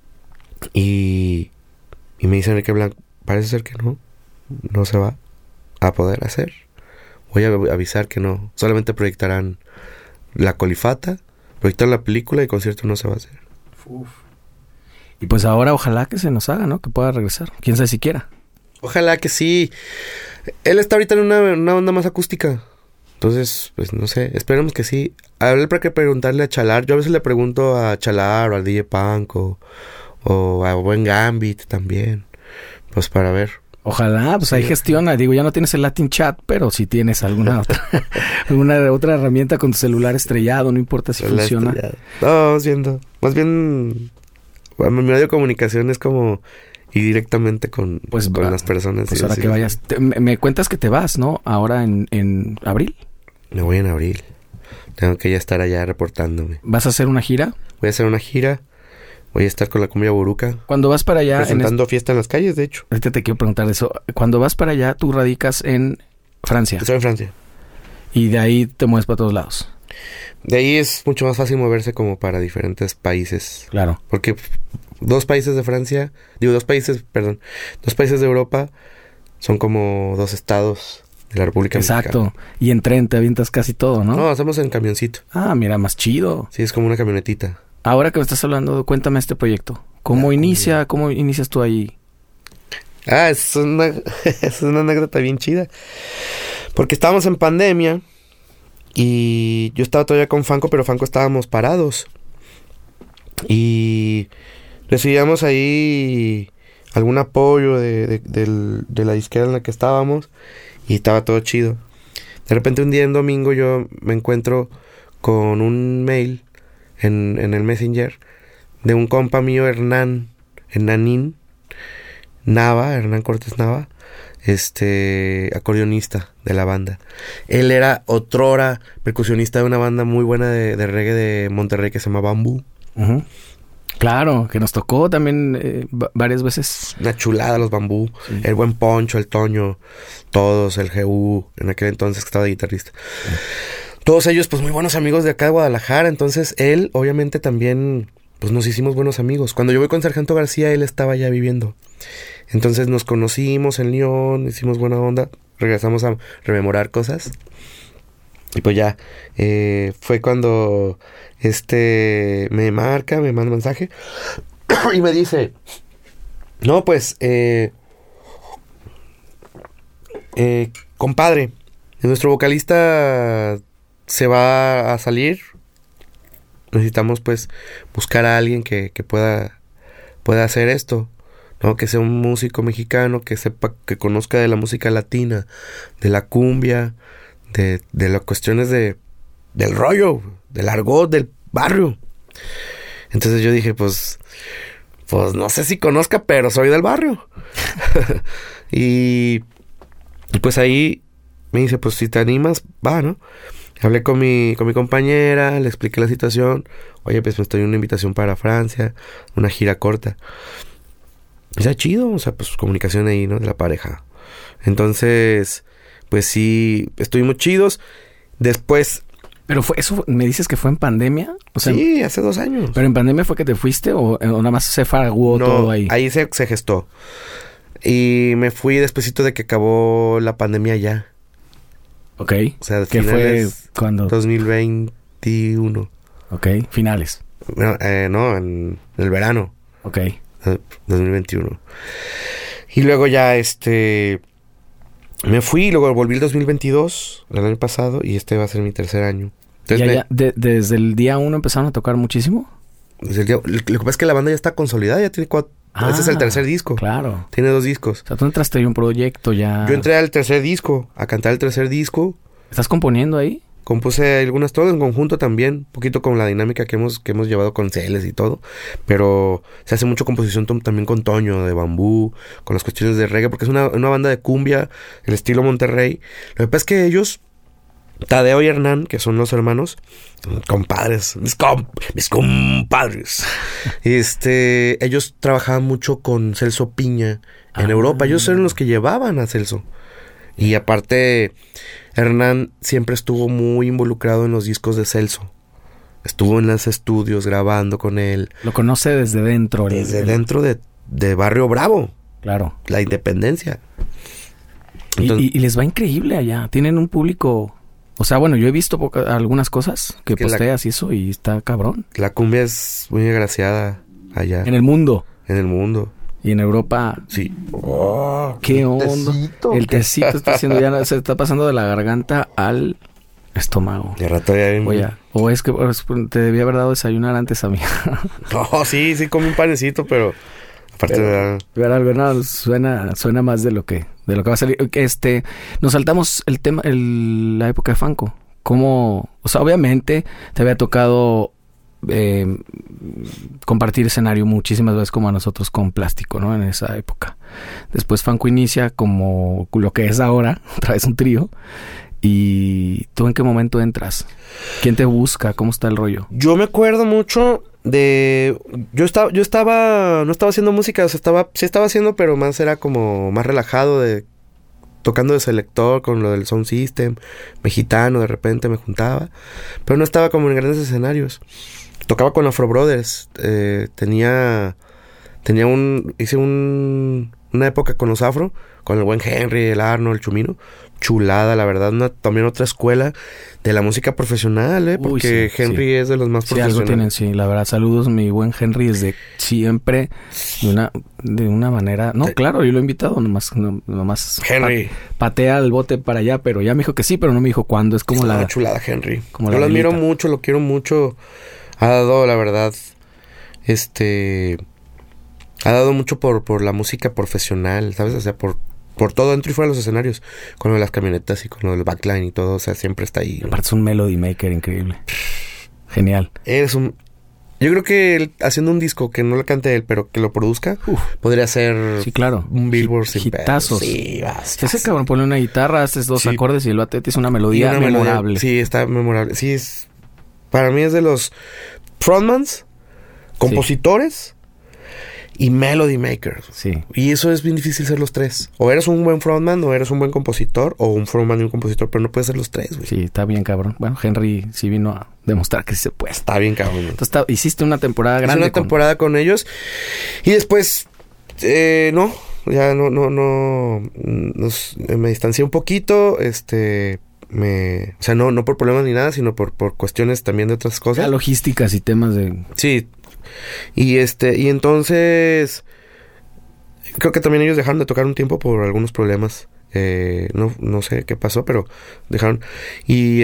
y me dicen Enrique Blanco, parece ser que no se va a poder hacer. Voy a avisar que no, solamente proyectarán la colifata, proyectarán la película y el concierto no se va a hacer. Uf. Y pues ahora ojalá que se nos haga, ¿no? Que pueda regresar. Quién sabe si quiera. Ojalá que sí. Él está ahorita en una onda más acústica. Entonces, pues no sé. Esperemos que sí. Habrá que preguntarle a Chalar. Yo a veces le pregunto a Chalar o al DJ Punk o a Buen Gambit también. Pues para ver. Ojalá, pues ahí gestiona. Digo, ya no tienes el Latin Chat, pero si tienes alguna otra herramienta con tu celular estrellado, no importa si funciona. No, vamos viendo. Más bien... Mi medio de comunicación es como ir directamente con las personas. Pues ahora que vayas. Me cuentas que te vas, ¿no? Ahora en abril. Me voy en abril. Tengo que ya estar allá reportándome. ¿Vas a hacer una gira? Voy a hacer una gira. Voy a estar con la cumbia Boruca. Cuando vas para allá... Presentando fiesta en las calles, de hecho. Ahorita te quiero preguntar eso. Cuando vas para allá, tú radicas en Francia. Estoy en Francia. Y de ahí te mueves para todos lados. De ahí es mucho más fácil moverse como para diferentes países. Claro. Porque dos países de Europa son como 2 estados de la República Mexicana. Exacto. Y en tren te avientas casi todo, ¿no? No, hacemos en camioncito. Ah, mira, más chido. Sí, es como una camionetita. Ahora que me estás hablando, cuéntame este proyecto. ¿Cómo inicias tú ahí? Es una anécdota bien chida. Porque estábamos en pandemia y yo estaba todavía con Fanco, pero Fanco estábamos parados. Y recibíamos ahí algún apoyo de la disquera en la que estábamos y estaba todo chido. De repente un día en domingo yo me encuentro con un mail en el Messenger de un compa mío, Hernán Cortés Nava, acordeonista de la banda. Él era otrora percusionista de una banda muy buena de reggae de Monterrey que se llama Bambú. Uh-huh. Claro, que nos tocó también varias veces. Una chulada los Bambú. Sí. El buen Poncho, el Toño, todos, el GU, en aquel entonces que estaba de guitarrista. Sí. Todos ellos, pues, muy buenos amigos de acá de Guadalajara. Entonces, él, obviamente, también, pues, nos hicimos buenos amigos. Cuando yo voy con Sargento García, él estaba ya viviendo. Entonces, nos conocimos en León, hicimos buena onda. Regresamos a rememorar cosas. Y pues ya, fue cuando me manda un mensaje y me dice, no, pues, compadre, nuestro vocalista se va a salir. Necesitamos, pues, buscar a alguien que pueda hacer esto, ¿no? Que sea un músico mexicano, que sepa, que conozca de la música latina, de la cumbia, de las cuestiones del rollo, del argot, del barrio. Entonces yo dije, pues no sé si conozca, pero soy del barrio. y pues ahí me dice, pues si te animas, va, ¿no? Hablé con mi compañera, le expliqué la situación. Oye, pues me estoy en una invitación para Francia, una gira corta. O sea, chido, o sea, pues comunicación ahí, ¿no? De la pareja. Entonces, pues sí, estuvimos chidos. Después... ¿Pero eso me dices que fue en pandemia? O sea, sí, hace 2 años. ¿Pero en pandemia fue que te fuiste o nada más se fraguó todo ahí? Ahí se gestó. Y me fui despuesito de que acabó la pandemia ya. Ok. O sea, ¿qué fue cuando? 2021. Ok, finales. Bueno, no, en el verano. Ok. 2021. Y luego ya me fui, luego volví el 2022, el año pasado, y este va a ser mi tercer año. Entonces ¿Desde el día 1 empezaron a tocar muchísimo? Desde el día, lo que pasa es que la banda ya está consolidada, ya tiene 4. Este es el tercer disco. Claro. Tiene 2 discos. O sea, tú entraste en un proyecto ya. Yo entré al tercer disco, a cantar el tercer disco. ¿Estás componiendo ahí? Compuse algunas, todo en conjunto también, un poquito con la dinámica que hemos llevado con Celes y todo, pero se hace mucho composición también con Toño de Bambú, con las cuestiones de reggae, porque es una banda de cumbia, el estilo Monterrey. Lo que pasa es que ellos, Tadeo y Hernán, que son los hermanos, compadres, mis compadres, ellos trabajaban mucho con Celso Piña en Europa. Ellos eran los que llevaban a Celso. Y aparte, Hernán siempre estuvo muy involucrado en los discos de Celso. Estuvo en los estudios grabando con él. Lo conoce desde dentro. Dentro de Barrio Bravo. Claro. La Independencia. Entonces, y les va increíble allá. Tienen un público... O sea, bueno, yo he visto algunas cosas que posteas y eso, y está cabrón. La cumbia es muy agraciada allá. En el mundo. En el mundo. Y en Europa... Sí. Oh, ¿qué onda? El tecito está haciendo ya... Se está pasando de la garganta al estómago. De rato ya... Oye, o es que te debía haber dado desayunar antes, amiga. No, sí comí un panecito, pero... Aparte pero algo, no, suena más de lo que va a salir. Nos saltamos el tema, la época de Fanco. ¿Cómo? O sea, obviamente te había tocado... compartir escenario muchísimas veces como a nosotros con Plástico, ¿no? En esa época. Después Fanco inicia como lo que es ahora, otra vez un trío. ¿Y tú en qué momento entras? ¿Quién te busca? ¿Cómo está el rollo? Yo me acuerdo mucho de... No estaba haciendo música, o sea, sí estaba haciendo, pero más era como más relajado, tocando de selector con lo del sound system mexicano, de repente me juntaba, pero no estaba como en grandes escenarios. Tocaba con Afro Brothers, hice una época con los Afro, con el buen Henry, el Arno, el Chumino. Chulada, la verdad, también otra escuela de la música profesional, porque sí, Henry es de los más profesionales. Sí, algo tienen, sí, la verdad. Saludos, mi buen Henry, desde siempre, de una manera... No, claro, yo lo he invitado, nomás Henry. Patea el bote para allá, pero ya me dijo que sí, pero no me dijo cuándo. Es como la... chulada, Henry. Yo lo admiro mucho, lo quiero mucho. Ha dado, la verdad, ha dado mucho por la música profesional, ¿sabes? O sea, por todo dentro y fuera de los escenarios, con lo de las camionetas y con lo del backline y todo, o sea, siempre está ahí. Aparte es un melody maker increíble. Genial. Yo creo que él, haciendo un disco que no lo cante él, pero que lo produzca, podría ser... Sí, claro. Un Billboard sin hitazos. Sí, ese cabrón pone una guitarra, haces 2 acordes y el batete es una melodía memorable. Sí, está memorable. Sí, para mí es de los frontmans, compositores... y melody makers. Sí. Y eso es bien difícil ser los tres. O eres un buen frontman, o eres un buen compositor, o un frontman y un compositor, pero no puedes ser los tres, güey. Sí, está bien cabrón. Bueno, Henry sí vino a demostrar que sí se puede. Está bien cabrón. Entonces hiciste una temporada grande. Hice una temporada con ellos. Y después, no. Ya no. Me distancié un poquito. O sea, no por problemas ni nada, sino por cuestiones también de otras cosas. Ya logísticas y temas de... Sí. Y entonces creo que también ellos dejaron de tocar un tiempo por algunos problemas. No sé qué pasó, pero dejaron. Y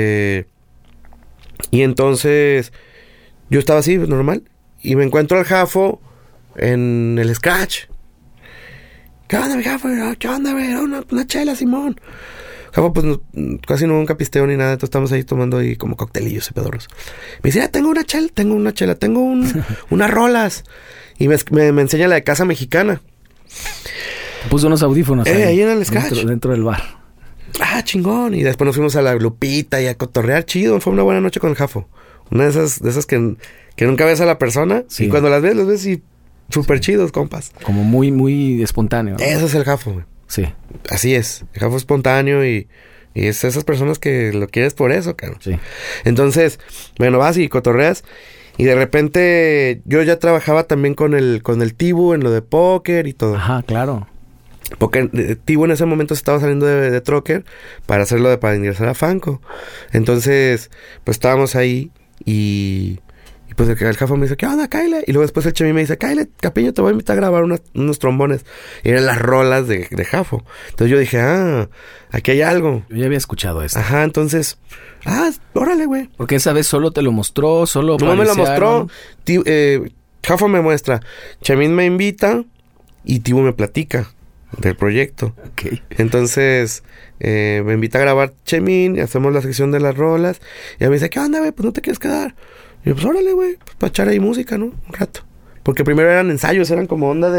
entonces yo estaba así, normal, y me encuentro al Jafo en el Scratch. ¿Qué onda, mi Jafo? ¿Qué onda, güey? Una chela, Simón. Jafo, pues casi nunca pisteo ni nada, entonces estamos ahí tomando ahí como coctelillos y pedorros. Me dice, tengo una chela, tengo unas rolas. Y me enseña la de Casa Mexicana. Puso unos audífonos ahí en el Scratch. Dentro del bar. Ah, chingón. Y después nos fuimos a la Lupita y a cotorrear chido. Fue una buena noche con el Jafo. Una de esas que nunca ves a la persona. Sí. Y cuando las ves y súper chidos, compas. Como muy, muy espontáneo, ¿no? Eso es el Jafo, güey. Sí. Así es. El Jafo espontáneo y es esas personas que lo quieres por eso, cabrón. Sí. Entonces, bueno, vas y cotorreas. Y de repente yo ya trabajaba también con el Tibu en lo de póker y todo. Ajá, claro. Porque Tibu en ese momento se estaba saliendo de Trocker para hacerlo para ingresar a Fanco. Entonces, pues estábamos ahí y Y pues el Jafo me dice, ¿qué onda, Kyle? Y luego después el Chemín me dice, Kyle, Capiño, te voy a invitar a grabar unos trombones. Y eran las rolas de Jafo. Entonces yo dije, aquí hay algo. Yo ya había escuchado esto. Ajá, entonces, órale, güey. Porque esa vez solo te lo mostró, solo no me lo mostró. Jafo me muestra, Chemín me invita y Tibu me platica del proyecto. Okay. Entonces, me invita a grabar Chemín, hacemos la sección de las rolas. Y me dice, ¿qué onda, güey? Pues no te quieres quedar. Y yo, pues órale, güey, pues para echar ahí música, ¿no? Un rato. Porque primero eran ensayos, eran como onda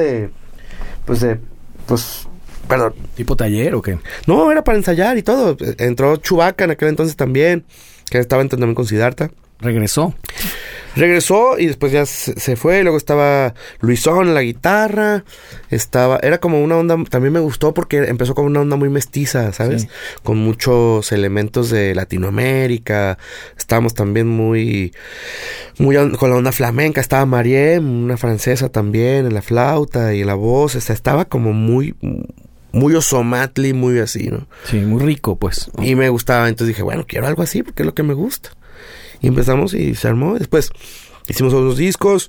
perdón. ¿Tipo taller o qué? No, era para ensayar y todo. Entró Chewbacca en aquel entonces también, que estaba también con Siddhartha. Regresó y después ya se fue. Y luego estaba Luisón en la guitarra. Era como una onda. También me gustó porque empezó con una onda muy mestiza, ¿sabes? Sí. Con muchos elementos de Latinoamérica. Estábamos también muy con la onda flamenca. Estaba Mariem, una francesa también, en la flauta y en la voz. Estaba como muy Ozomatli, muy así, ¿no? Sí, muy rico, pues. Y me gustaba. Entonces dije, bueno, quiero algo así porque es lo que me gusta. Y empezamos y se armó. Después hicimos otros discos.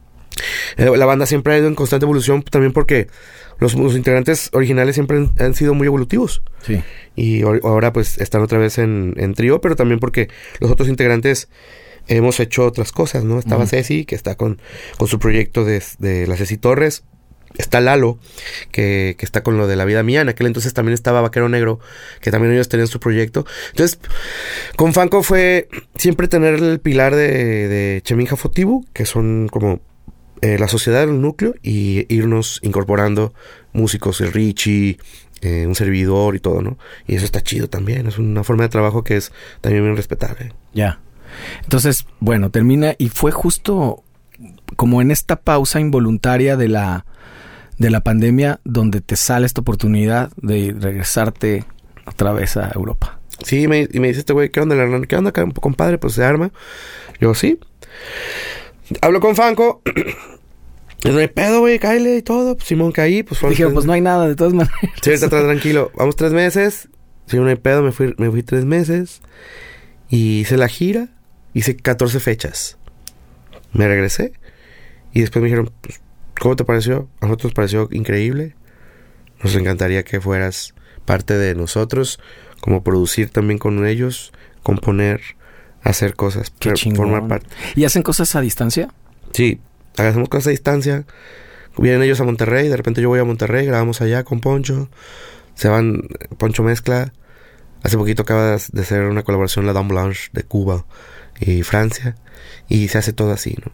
La banda siempre ha ido en constante evolución también porque los integrantes originales siempre han sido muy evolutivos. Sí. Y ahora pues están otra vez en trío, pero también porque los otros integrantes hemos hecho otras cosas, ¿no? Estaba Ceci, que está con su proyecto de la Ceci Torres. Está Lalo, que está con lo de La Vida Mía. En aquel entonces también estaba Vaquero Negro, que también ellos tenían su proyecto. Entonces, con Fanco fue siempre tener el pilar de Chemín, Jafo, Tibu, que son como la sociedad, el núcleo, y irnos incorporando músicos, el Richie, un servidor y todo, ¿no? Y eso está chido también. Es una forma de trabajo que es también bien respetable. Ya. Entonces, bueno, termina y fue justo como en esta pausa involuntaria de la pandemia donde te sale esta oportunidad de regresarte otra vez a Europa. Sí, y me dice este güey, ¿qué onda, Hernán? ¿Qué onda, compadre? Pues se arma. Yo, sí. Hablo con Fanco. No hay pedo, güey, cáele y todo. Pues, Simón, caí. Pues, dijeron, pues no hay nada, de todas maneras. Sí, está tranquilo. Vamos 3 meses. Si no hay pedo, me fui 3 meses. Y hice la gira. Hice 14 fechas. Me regresé. Y después me dijeron, pues, ¿cómo te pareció? A nosotros nos pareció increíble. Nos encantaría que fueras parte de nosotros, como producir también con ellos, componer, hacer cosas, formar parte. ¿Y hacen cosas a distancia? Sí, hacemos cosas a distancia. Vienen ellos a Monterrey, de repente yo voy a Monterrey, grabamos allá con Poncho. Se van, Poncho mezcla. Hace poquito acaba de hacer una colaboración La Dame Blanche de Cuba y Francia. Y se hace todo así, ¿no?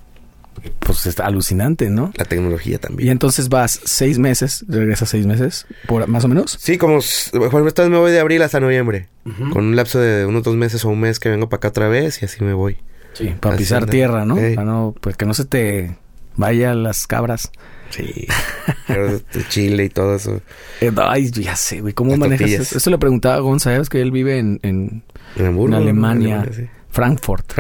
Pues está alucinante, ¿no? La tecnología también. Y entonces vas 6 meses, regresas 6 meses, más o menos. Sí, como esta vez me voy de abril hasta noviembre. Con un lapso de unos 2 meses o un mes que vengo para acá otra vez y así me voy. Sí, para pisar tierra, ¿no? Para no, pues que no se te vayan las cabras. Sí, pero de Chile y todo eso. Ay, ya sé, güey, ¿cómo manejas eso? Eso le preguntaba a González, que él vive en Hamburgo, en Alemania, sí. Frankfurt.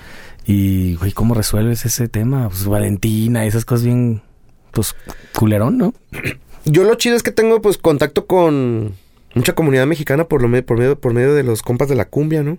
Y, güey, ¿cómo resuelves ese tema? Pues Valentina, esas cosas bien, pues, culerón, ¿no? Yo lo chido es que tengo, pues, contacto con mucha comunidad mexicana por medio de los compas de la cumbia, ¿no?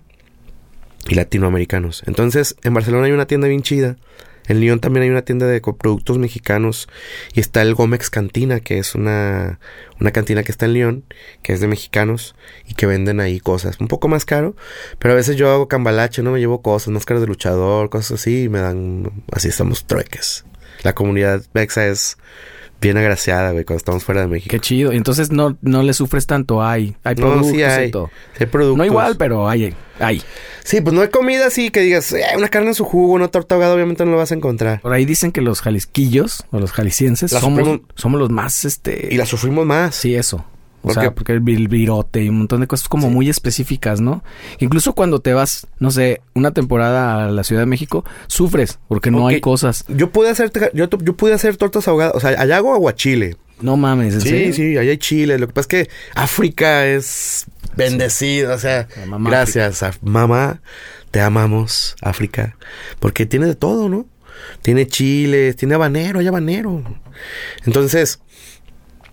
Y latinoamericanos. Entonces, en Barcelona hay una tienda bien chida. En Lyon también hay una tienda de productos mexicanos. Y está el Gómez Cantina, que es una cantina que está en Lyon, que es de mexicanos y que venden ahí cosas. Un poco más caro, pero a veces yo hago cambalache, ¿no? Me llevo cosas, máscaras de luchador, cosas así, y me dan... Así estamos trueques. La comunidad mexa es bien agraciada, güey, cuando estamos fuera de México. Qué chido. Y entonces no le sufres tanto. Hay productos, sí hay. Y todo. Sí hay productos. No igual, pero hay. Sí, pues no hay comida así que digas, una carne en su jugo, una torta ahogada, obviamente no lo vas a encontrar. Por ahí dicen que los jalisquillos o los jaliscienses somos los más, Y la sufrimos más. Sí, eso. O sea, porque el virote y un montón de cosas como muy específicas, ¿no? Incluso cuando te vas, no sé, una temporada a la Ciudad de México, sufres porque no hay cosas. Yo pude hacer tortas ahogadas. O sea, allá hago aguachile. No mames, ¿en serio? Sí, allá hay chile. Lo que pasa es que África es bendecida. O sea, gracias a mamá. Te amamos, África. Porque tiene de todo, ¿no? Tiene chiles, tiene habanero, hay habanero. Entonces...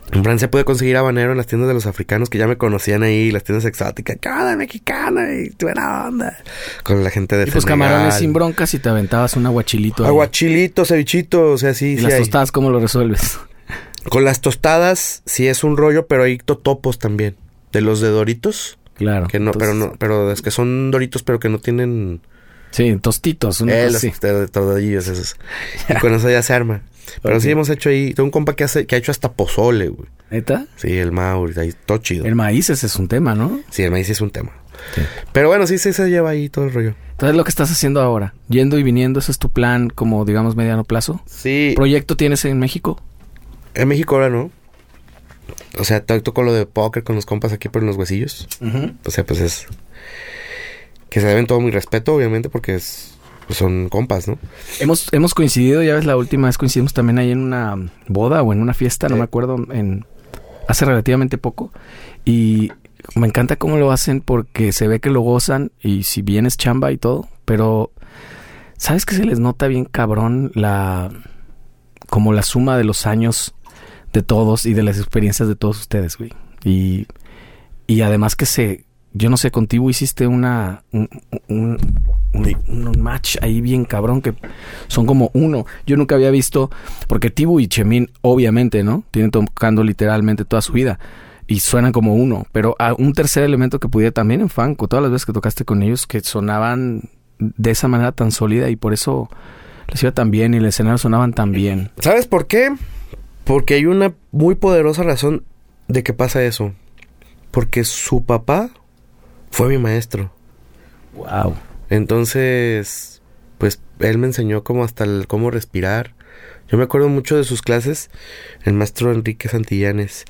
En Francia pude conseguir habanero en las tiendas de los africanos que ya me conocían ahí, las tiendas exóticas, cada mexicana y buena onda. Con la gente de y pues Senegal. camarones sin broncas y te aventabas un aguachilito. Aguachilito, cevichito, o sea, sí. ¿Y sí las hay. tostadas cómo lo resuelves? Con las tostadas sí es un rollo, pero hay totopos también. De los de Doritos. Claro. Que no, entonces... pero es que son Doritos, pero que no tienen... Sí, tostitos. Los de tordillos esos. Y con eso ya se arma. Pero sí hemos hecho ahí... Tengo un compa que ha hecho hasta pozole, güey. ¿Neta? Sí, el Mauri, ahí todo chido. El maíz ese es un tema, ¿no? Sí, el maíz es un tema. Sí. Pero bueno, sí se lleva ahí todo el rollo. Entonces, lo que estás haciendo ahora, yendo y viniendo, ¿ese es tu plan como, digamos, mediano plazo? Sí. ¿Proyecto tienes en México? En México ahora no. O sea, toco lo de póker con los compas aquí por los huesillos. O sea, pues es... Que se deben todo mi respeto, obviamente, porque pues son compas, ¿no? Hemos coincidido, ya ves, la última vez coincidimos también ahí en una boda o en una fiesta, no me acuerdo, hace relativamente poco. Y me encanta cómo lo hacen porque se ve que lo gozan y si bien es chamba y todo, pero ¿sabes que se les nota bien cabrón como la suma de los años de todos y de las experiencias de todos ustedes, güey? Y además que yo no sé, contigo hiciste un match ahí bien cabrón que son como uno. Yo nunca había visto, porque Tibu y Chemín obviamente, ¿no? Tienen tocando literalmente toda su vida y suenan como uno, pero a un tercer elemento que pudiera también en Fanco, todas las veces que tocaste con ellos que sonaban de esa manera tan sólida y por eso les iba tan bien y el escenario sonaban tan bien. ¿Sabes por qué? Porque hay una muy poderosa razón de que pasa eso. Porque su papá fue mi maestro. Wow. Entonces, pues él me enseñó como hasta cómo respirar. Yo me acuerdo mucho de sus clases. El maestro Enrique Santillanes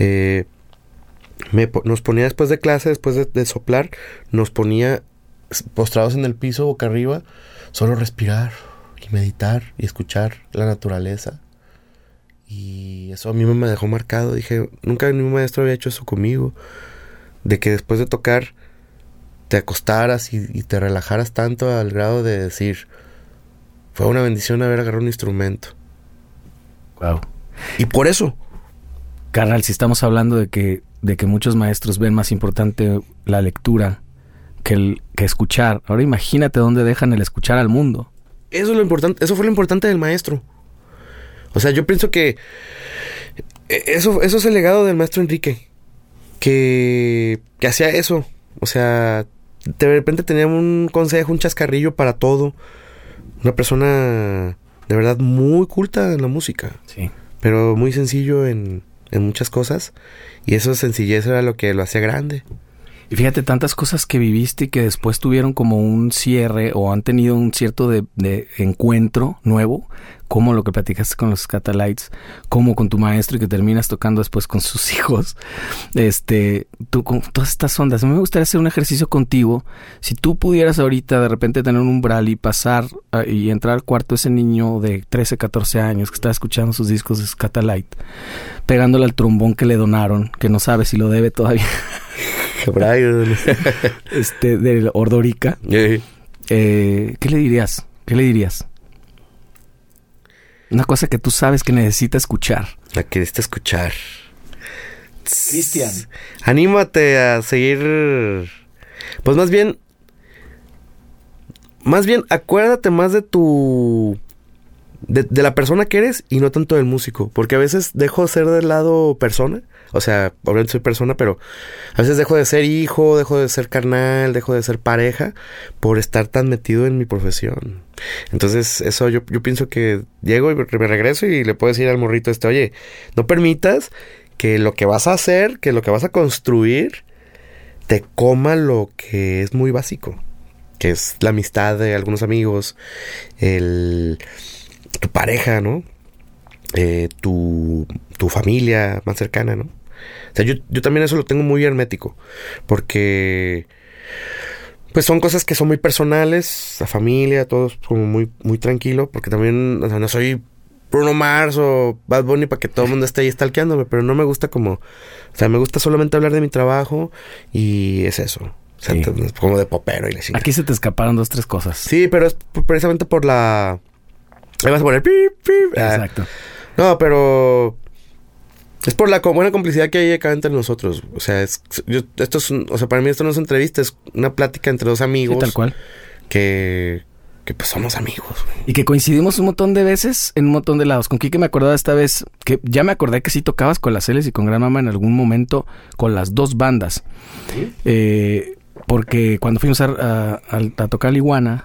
nos ponía después de clase, después de soplar, nos ponía postrados en el piso, boca arriba, solo respirar y meditar y escuchar la naturaleza. Y eso a mí me dejó marcado. Dije, nunca ningún maestro había hecho eso conmigo. De que después de tocar te acostaras y te relajaras tanto al grado de decir, fue una bendición haber agarrado un instrumento. Wow. Y por eso. Carnal, si estamos hablando de que muchos maestros ven más importante la lectura que escuchar. Ahora imagínate dónde dejan el escuchar al mundo. Eso es lo importante. Eso fue lo importante del maestro. O sea, yo pienso que eso es el legado del maestro Enrique. Que hacía eso. O sea, de repente tenía un consejo, un chascarrillo para todo. Una persona de verdad muy culta en la música. Sí. Pero muy sencillo en muchas cosas. Y esa sencillez era lo que lo hacía grande. Y fíjate, tantas cosas que viviste y que después tuvieron como un cierre o han tenido un cierto de encuentro nuevo, como lo que platicaste con los Skatalites, como con tu maestro y que terminas tocando después con sus hijos. Tú con todas estas ondas. A mí me gustaría hacer un ejercicio contigo. Si tú pudieras ahorita de repente tener un umbral y pasar y entrar al cuarto de ese niño de 13, 14 años que está escuchando sus discos de Skatalite, pegándole al trombón que le donaron, que no sabe si lo debe todavía. Del Ordorica. ¿Qué le dirías? ¿Qué le dirías? Una cosa que tú sabes que necesita escuchar. La que necesita escuchar. Cristian. Anímate a seguir. Pues más bien acuérdate más de de la persona que eres y no tanto del músico. Porque a veces dejo de ser del lado persona. O sea, obviamente soy persona, pero a veces dejo de ser hijo, dejo de ser carnal, dejo de ser pareja por estar tan metido en mi profesión. Entonces, eso yo pienso que llego y me regreso y le puedo decir al morrito oye, no permitas que lo que vas a hacer, que lo que vas a construir, te coma lo que es muy básico. Que es la amistad de algunos amigos, tu pareja, ¿no? Tu familia más cercana, ¿no? O sea, yo también eso lo tengo muy hermético. Porque pues son cosas que son muy personales. La familia, todos como muy, muy tranquilo. Porque también, o sea, no soy Bruno Mars o Bad Bunny para que todo el mundo esté ahí stalkeándome. Pero no me gusta como... O sea, me gusta solamente hablar de mi trabajo. Y es eso. O sea, sí. Como de popero y la chingada. Aquí se te escaparon 2, 3 cosas. Sí, pero es precisamente por la... Ahí vas a poner pip, pip. Exacto. No, pero Es por la buena complicidad que hay acá entre nosotros. O sea, para mí esto no es una entrevista, es una plática entre dos amigos. Sí, tal cual. Que pues somos amigos. Y que coincidimos un montón de veces en un montón de lados. Con Quique me acordaba esta vez, que ya me acordé que sí tocabas con las Celes y con Gran Mama en algún momento con las dos bandas. ¿Sí? Porque cuando fuimos a tocar Iguana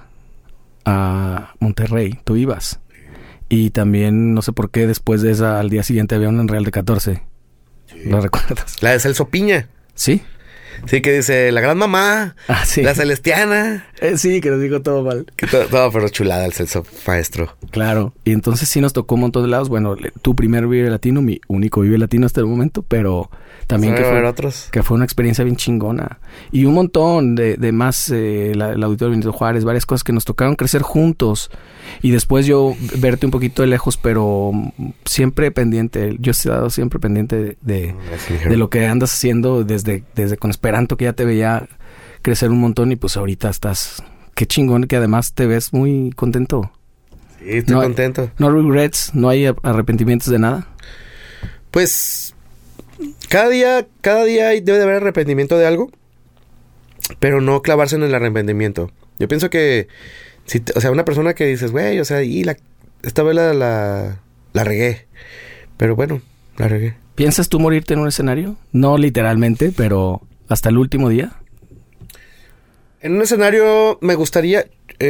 a Monterrey, tú ibas. Y también, no sé por qué, después de esa, al día siguiente había una en Real de 14. Sí. ¿Lo recuerdas? La de Celso Piña. ¿Sí? Sí, que dice la Gran Mamá, sí. La Celestiana. Sí, que nos dijo todo mal. Todo, pero chulada el Celso maestro. Claro, y entonces sí nos tocó un montón de lados. Bueno, tu primer Vive Latino, mi único Vive Latino hasta el momento, pero también que fue una experiencia bien chingona. Y un montón de más, el Auditorio Benito Juárez, varias cosas que nos tocaron crecer juntos. Y después yo verte un poquito de lejos, pero siempre pendiente. Yo he estado siempre pendiente de lo que andas haciendo desde con Esperanto, que ya te veía crecer un montón, y pues ahorita estás... Qué chingón, que además te ves muy contento. Sí, estoy contento. ¿No regrets? ¿No hay arrepentimientos de nada? Pues... Cada día debe de haber arrepentimiento de algo, pero no clavarse en el arrepentimiento. Yo pienso que... o sea, una persona que dices, güey, o sea, esta vez la regué. Pero bueno, la regué. ¿Piensas tú morirte en un escenario? No literalmente, pero hasta el último día. En un escenario me gustaría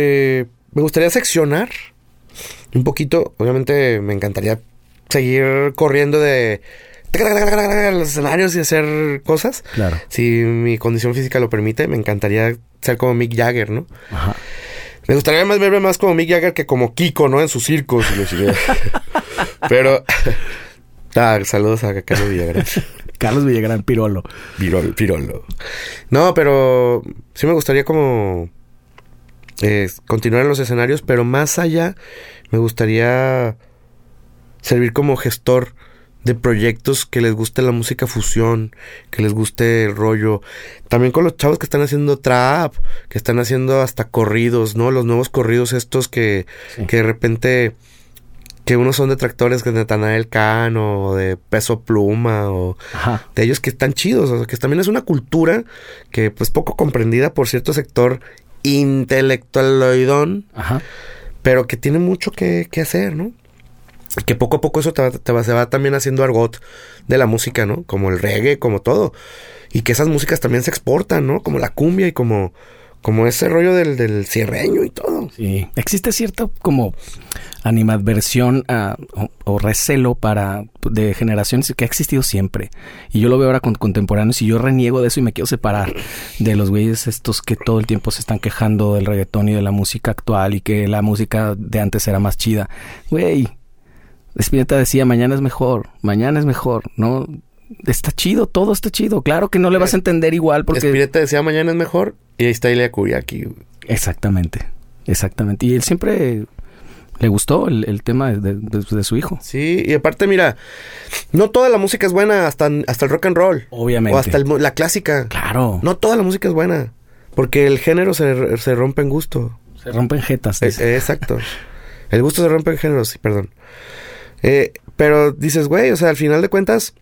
seccionar un poquito. Obviamente me encantaría seguir corriendo de los escenarios y hacer cosas. Claro. Si mi condición física lo permite, me encantaría ser como Mick Jagger, ¿no? Ajá. Me gustaría verme más como Mick Jagger que como Kiko, ¿no? En sus circos. Pero... saludos a Carlos Villagrán. Carlos Villagrán, Pirolo. Pirolo. No, pero sí me gustaría como continuar en los escenarios, pero más allá me gustaría servir como gestor de proyectos que les guste la música fusión, que les guste el rollo. También con los chavos que están haciendo trap, que están haciendo hasta corridos, ¿no? Los nuevos corridos estos que de repente... Que unos son detractores de Natanael Cano, o de Peso Pluma, o Ajá. de ellos que están chidos. O sea, que también es una cultura que pues poco comprendida por cierto sector intelectualoidón. Ajá. Pero que tiene mucho que hacer, ¿no? Y que poco a poco eso se va también haciendo argot de la música, ¿no? Como el reggae, como todo. Y que esas músicas también se exportan, ¿no? Como la cumbia y como ese rollo del cierreño y todo. Sí. Existe cierta como animadversión o recelo de generaciones que ha existido siempre. Y yo lo veo ahora con contemporáneos y yo reniego de eso y me quiero separar de los güeyes estos que todo el tiempo se están quejando del reggaetón y de la música actual y que la música de antes era más chida. Güey, Spinetta decía, mañana es mejor, ¿no? Está chido, todo está chido. Claro que no le vas a entender igual porque... Spinetta decía, mañana es mejor, y ahí está Ilia Kuriaki. Exactamente. Y él siempre... Le gustó el tema de su hijo. Sí, y aparte, mira, no toda la música es buena, hasta el rock and roll. Obviamente. O hasta la clásica. Claro. No toda la música es buena, porque el género se rompe en gusto. Se rompen jetas. Exacto. El gusto se rompe en géneros, sí, perdón. Pero dices, güey, o sea, al final de cuentas,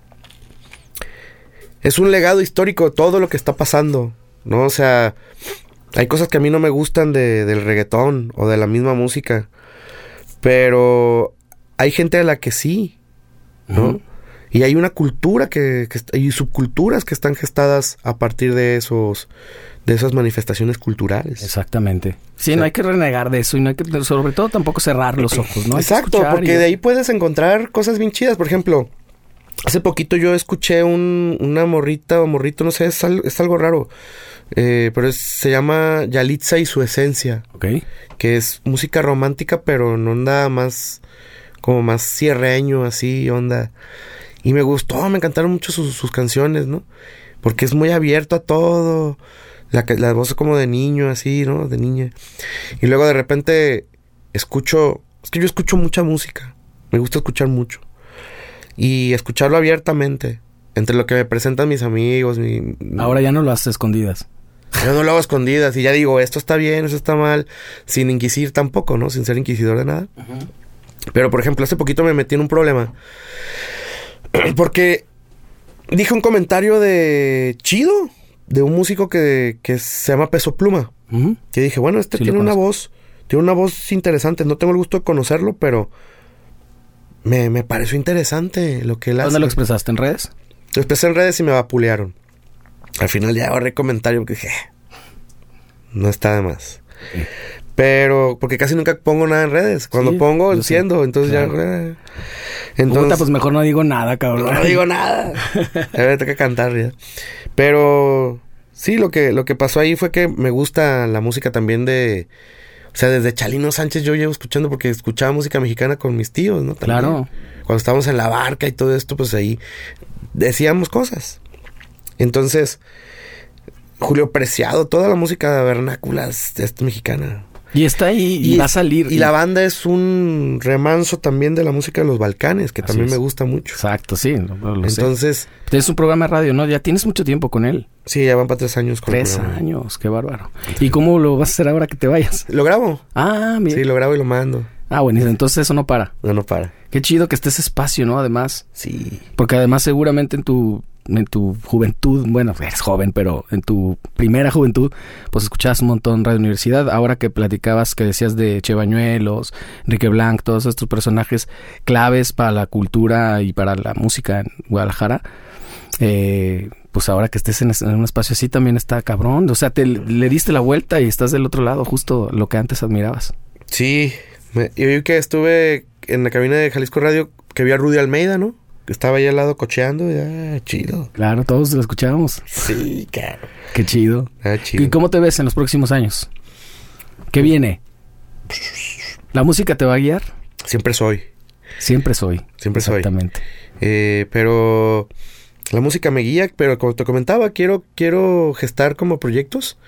es un legado histórico todo lo que está pasando, ¿no? O sea, hay cosas que a mí no me gustan del reggaetón o de la misma música. Pero hay gente a la que sí, ¿no? Uh-huh. Y hay una cultura y subculturas que están gestadas a partir de esas manifestaciones culturales. Exactamente. Sí, o sea, no hay que renegar de eso y no hay que, sobre todo, tampoco cerrar los ojos, ¿no? Exacto, porque de ahí puedes encontrar cosas bien chidas. Por ejemplo, hace poquito yo escuché una morrita o morrito, no sé, es algo raro. Pero se llama Yalitza y su esencia. Okay. Que es música romántica, pero en onda más... Como más cierreño, así, onda. Y me gustó, me encantaron mucho sus canciones, ¿no? Porque es muy abierto a todo. La voz como de niño, así, ¿no? De niña. Y luego de repente escucho... Es que yo escucho mucha música. Me gusta escuchar mucho. Y escucharlo abiertamente. Entre lo que me presentan mis amigos. Ahora ya no lo haces escondidas. Yo no lo hago escondidas. Y ya digo, esto está bien, esto está mal. Sin inquirir tampoco, ¿no? Sin ser inquisidor de nada. Uh-huh. Pero, por ejemplo, hace poquito me metí en un problema. Porque dije un comentario de chido, de un músico que se llama Peso Pluma. Ujú. Que dije, bueno, Sí, tiene lo una conozco. voz interesante. No tengo el gusto de conocerlo, pero me pareció interesante lo que él hace. ¿Dónde lo expresaste? ¿En redes? Lo expresé en redes y me vapulearon. Al final ya ahorré comentario porque dije, no está de más. Sí. Pero, porque casi nunca pongo nada en redes. Cuando Sí, pongo, yo sé. enciendo. Entonces Claro. ya... Puta, Entonces, pues mejor no digo nada, cabrón. no digo nada. Ya me toca cantar ya. Pero sí, lo que pasó ahí fue que me gusta la música también de... O sea, desde Chalino Sánchez yo llevo escuchando porque escuchaba música mexicana con mis tíos, ¿no? También. Claro. Cuando estábamos en la barca y todo esto, pues ahí decíamos cosas. Entonces, Julio Preciado, toda la música vernácula es mexicana. Y está ahí y va a salir. Y la banda es un remanso también de la música de los Balcanes, que Así también es. me gusta mucho. Exacto, sí. Lo sé. Entonces, Tienes un programa de radio, ¿no? Ya tienes mucho tiempo con él. sí, ya van para 3 años con el 3 programa. años, qué bárbaro. ¿Y cómo lo vas a hacer ahora que te vayas? ¿Lo grabo? Ah, mira. Sí, lo grabo y lo mando. Ah, buenísimo. Entonces eso no para. No para. Qué chido que esté ese espacio, ¿no? Además. Sí. Porque además seguramente en tu juventud, bueno, eres joven, pero en tu primera juventud, pues escuchabas un montón Radio Universidad. Ahora que platicabas, que decías de Che Bañuelos, Enrique Blanc, todos estos personajes claves para la cultura y para la música en Guadalajara, pues ahora que estés en un espacio así también está cabrón. O sea, le diste la vuelta y estás del otro lado, justo lo que antes admirabas. Sí. Yo vi que estuve en la cabina de Jalisco Radio, que vi a Rudy Almeida, ¿no? Que estaba ahí al lado cocheando. Y, chido. Claro, todos lo escuchábamos. Sí, claro. Qué chido. Chido. ¿Y cómo te ves en los próximos años? ¿Qué viene? ¿La música te va a guiar? Siempre soy. Siempre soy. Siempre soy. Exactamente. Pero la música me guía, pero como te comentaba, quiero gestar como proyectos.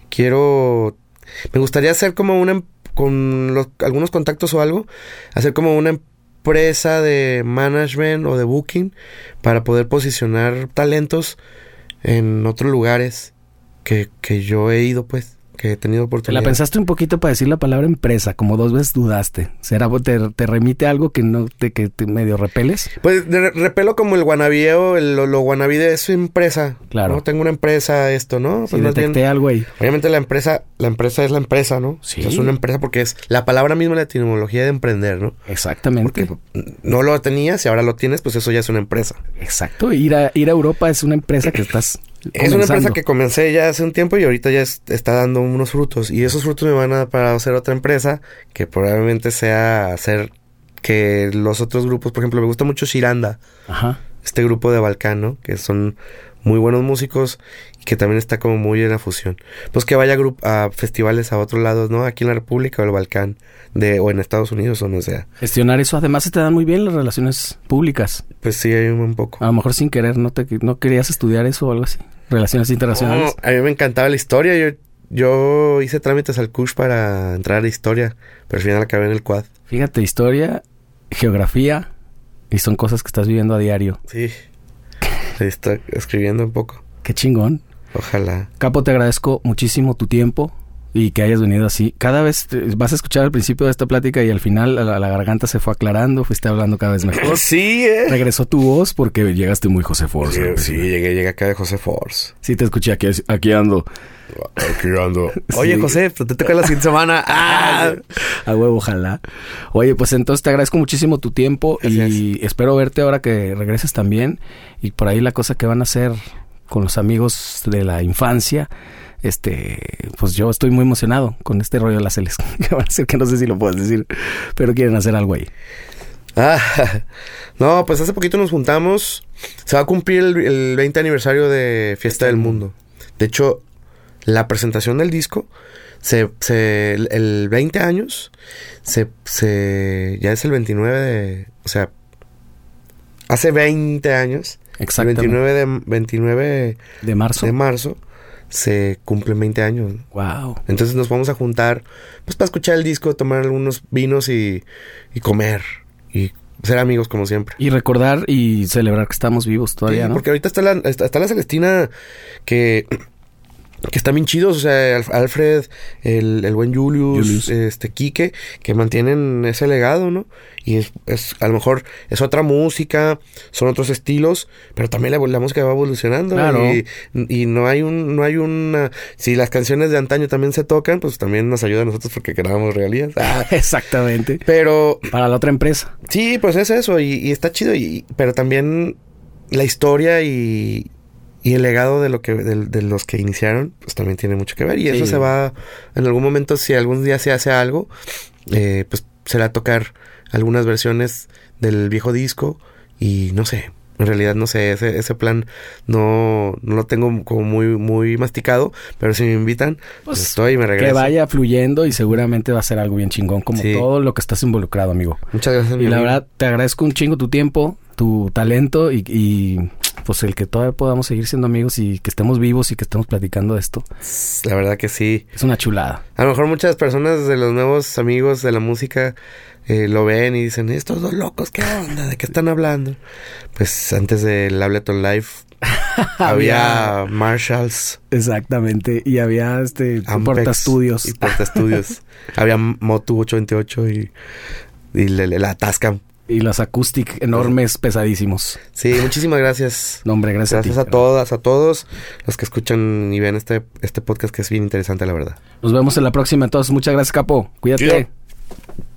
Me gustaría hacer como algunos contactos o algo, hacer como una empresa de management o de booking para poder posicionar talentos en otros lugares que yo he ido, pues, que he tenido Te oportunidad. la pensaste un poquito para decir la palabra empresa, como 2 veces dudaste. ¿Será te remite a algo que no te medio repeles? Pues repelo como el guanabío, lo guanabí de su empresa. Claro. ¿No? Tengo una empresa, esto, ¿no? Sí, Pues más detecté bien, algo ahí. obviamente la empresa es la empresa, ¿no? Sí. O sea, es una empresa porque es la palabra misma, la etimología de emprender, ¿no? Exactamente. Porque no lo tenías y ahora lo tienes, pues eso ya es una empresa. Exacto. Ir a Europa es una empresa que estás Es una empresa comenzando. que comencé ya hace un tiempo y ahorita ya está dando unos frutos. Y esos frutos me van a dar para hacer otra empresa que probablemente sea hacer que los otros grupos, por ejemplo, me gusta mucho Shiranda, Ajá. este grupo de Balcán, ¿no? Que son muy buenos músicos y que también está como muy en la fusión. Pues que vaya a festivales a otros lados, ¿no? Aquí en la República o el Balcán, o en Estados Unidos o no sea. Gestionar eso. Además se te dan muy bien las relaciones públicas. Pues sí, hay un poco. A lo mejor sin querer, no querías estudiar eso o algo así. Relaciones internacionales. No, a mí me encantaba la historia. Yo hice trámites al CUSH para entrar a historia, pero al final acabé en el Quad. Fíjate, historia, geografía, y son cosas que estás viviendo a diario. Sí. Ahí está escribiendo un poco. Qué chingón. Ojalá. Capo, te agradezco muchísimo tu tiempo y que hayas venido así. Cada vez vas a escuchar al principio de esta plática y al final la garganta se fue aclarando, fuiste hablando cada vez mejor. Sí, Regresó tu voz porque llegaste muy José Force. Sí, llegué acá de José Force. Sí, te escuché, aquí ando. Aquí ando. Oye, Sí. José, te toca la siguiente semana. ¡Ah! A huevo, ojalá. Oye, pues entonces te agradezco muchísimo tu tiempo. Gracias. Y espero verte ahora que regreses también. Y por ahí la cosa que van a hacer con los amigos de la infancia, pues yo estoy muy emocionado con este rollo de las Celes que van a hacer, que no sé si lo puedes decir, pero quieren hacer algo ahí. No, pues hace poquito nos juntamos. Se va a cumplir el 20 aniversario de Fiesta del Mundo. De hecho, la presentación del disco, el 20 años, ya es el 29 o sea, hace 20 años, el Exactamente. 29 ¿De marzo? de marzo, se cumplen 20 años, ¿no? Wow. Entonces nos vamos a juntar, pues para escuchar el disco, tomar algunos vinos y comer y ser amigos como siempre. Y recordar y celebrar que estamos vivos todavía, Sí, ¿no? porque ahorita está la Celestina que que están bien chidos, o sea, Alfred, el buen Julius, Quique, que mantienen ese legado, ¿no? Y es a lo mejor es otra música, son otros estilos, pero también la música va evolucionando. Claro. Y no hay una... Si las canciones de antaño también se tocan, pues también nos ayuda a nosotros porque grabamos regalías. Exactamente. Pero... Para la otra empresa. Sí, pues es eso, y está chido, pero también la historia y el legado de los que iniciaron, pues también tiene mucho que ver. Y eso se va, en algún momento, si algún día se hace algo, pues será tocar algunas versiones del viejo disco. Y no sé, en realidad no sé, ese plan no lo tengo como muy, muy masticado. Pero si me invitan, pues estoy y me regreso. Que vaya fluyendo y seguramente va a ser algo bien chingón, como todo lo que estás involucrado, amigo. Muchas gracias, y la verdad, te agradezco un chingo tu tiempo, tu talento y pues el que todavía podamos seguir siendo amigos y que estemos vivos y que estemos platicando de esto. La verdad que sí. Es una chulada. A lo mejor muchas personas de los nuevos amigos de la música lo ven y dicen, estos dos locos, ¿qué onda? ¿De qué están hablando? Pues antes del Ableton Live había Marshalls. Exactamente. Y había Portastudios. Y Portastudios. Había Motu 828 y la Tascam. Y los acoustic enormes, pesadísimos. Sí, muchísimas gracias. No, hombre, gracias a ti. Gracias a todas, a todos los que escuchan y ven este podcast que es bien interesante, la verdad. Nos vemos en la próxima. Entonces, muchas gracias, Capo. Cuídate. Sí.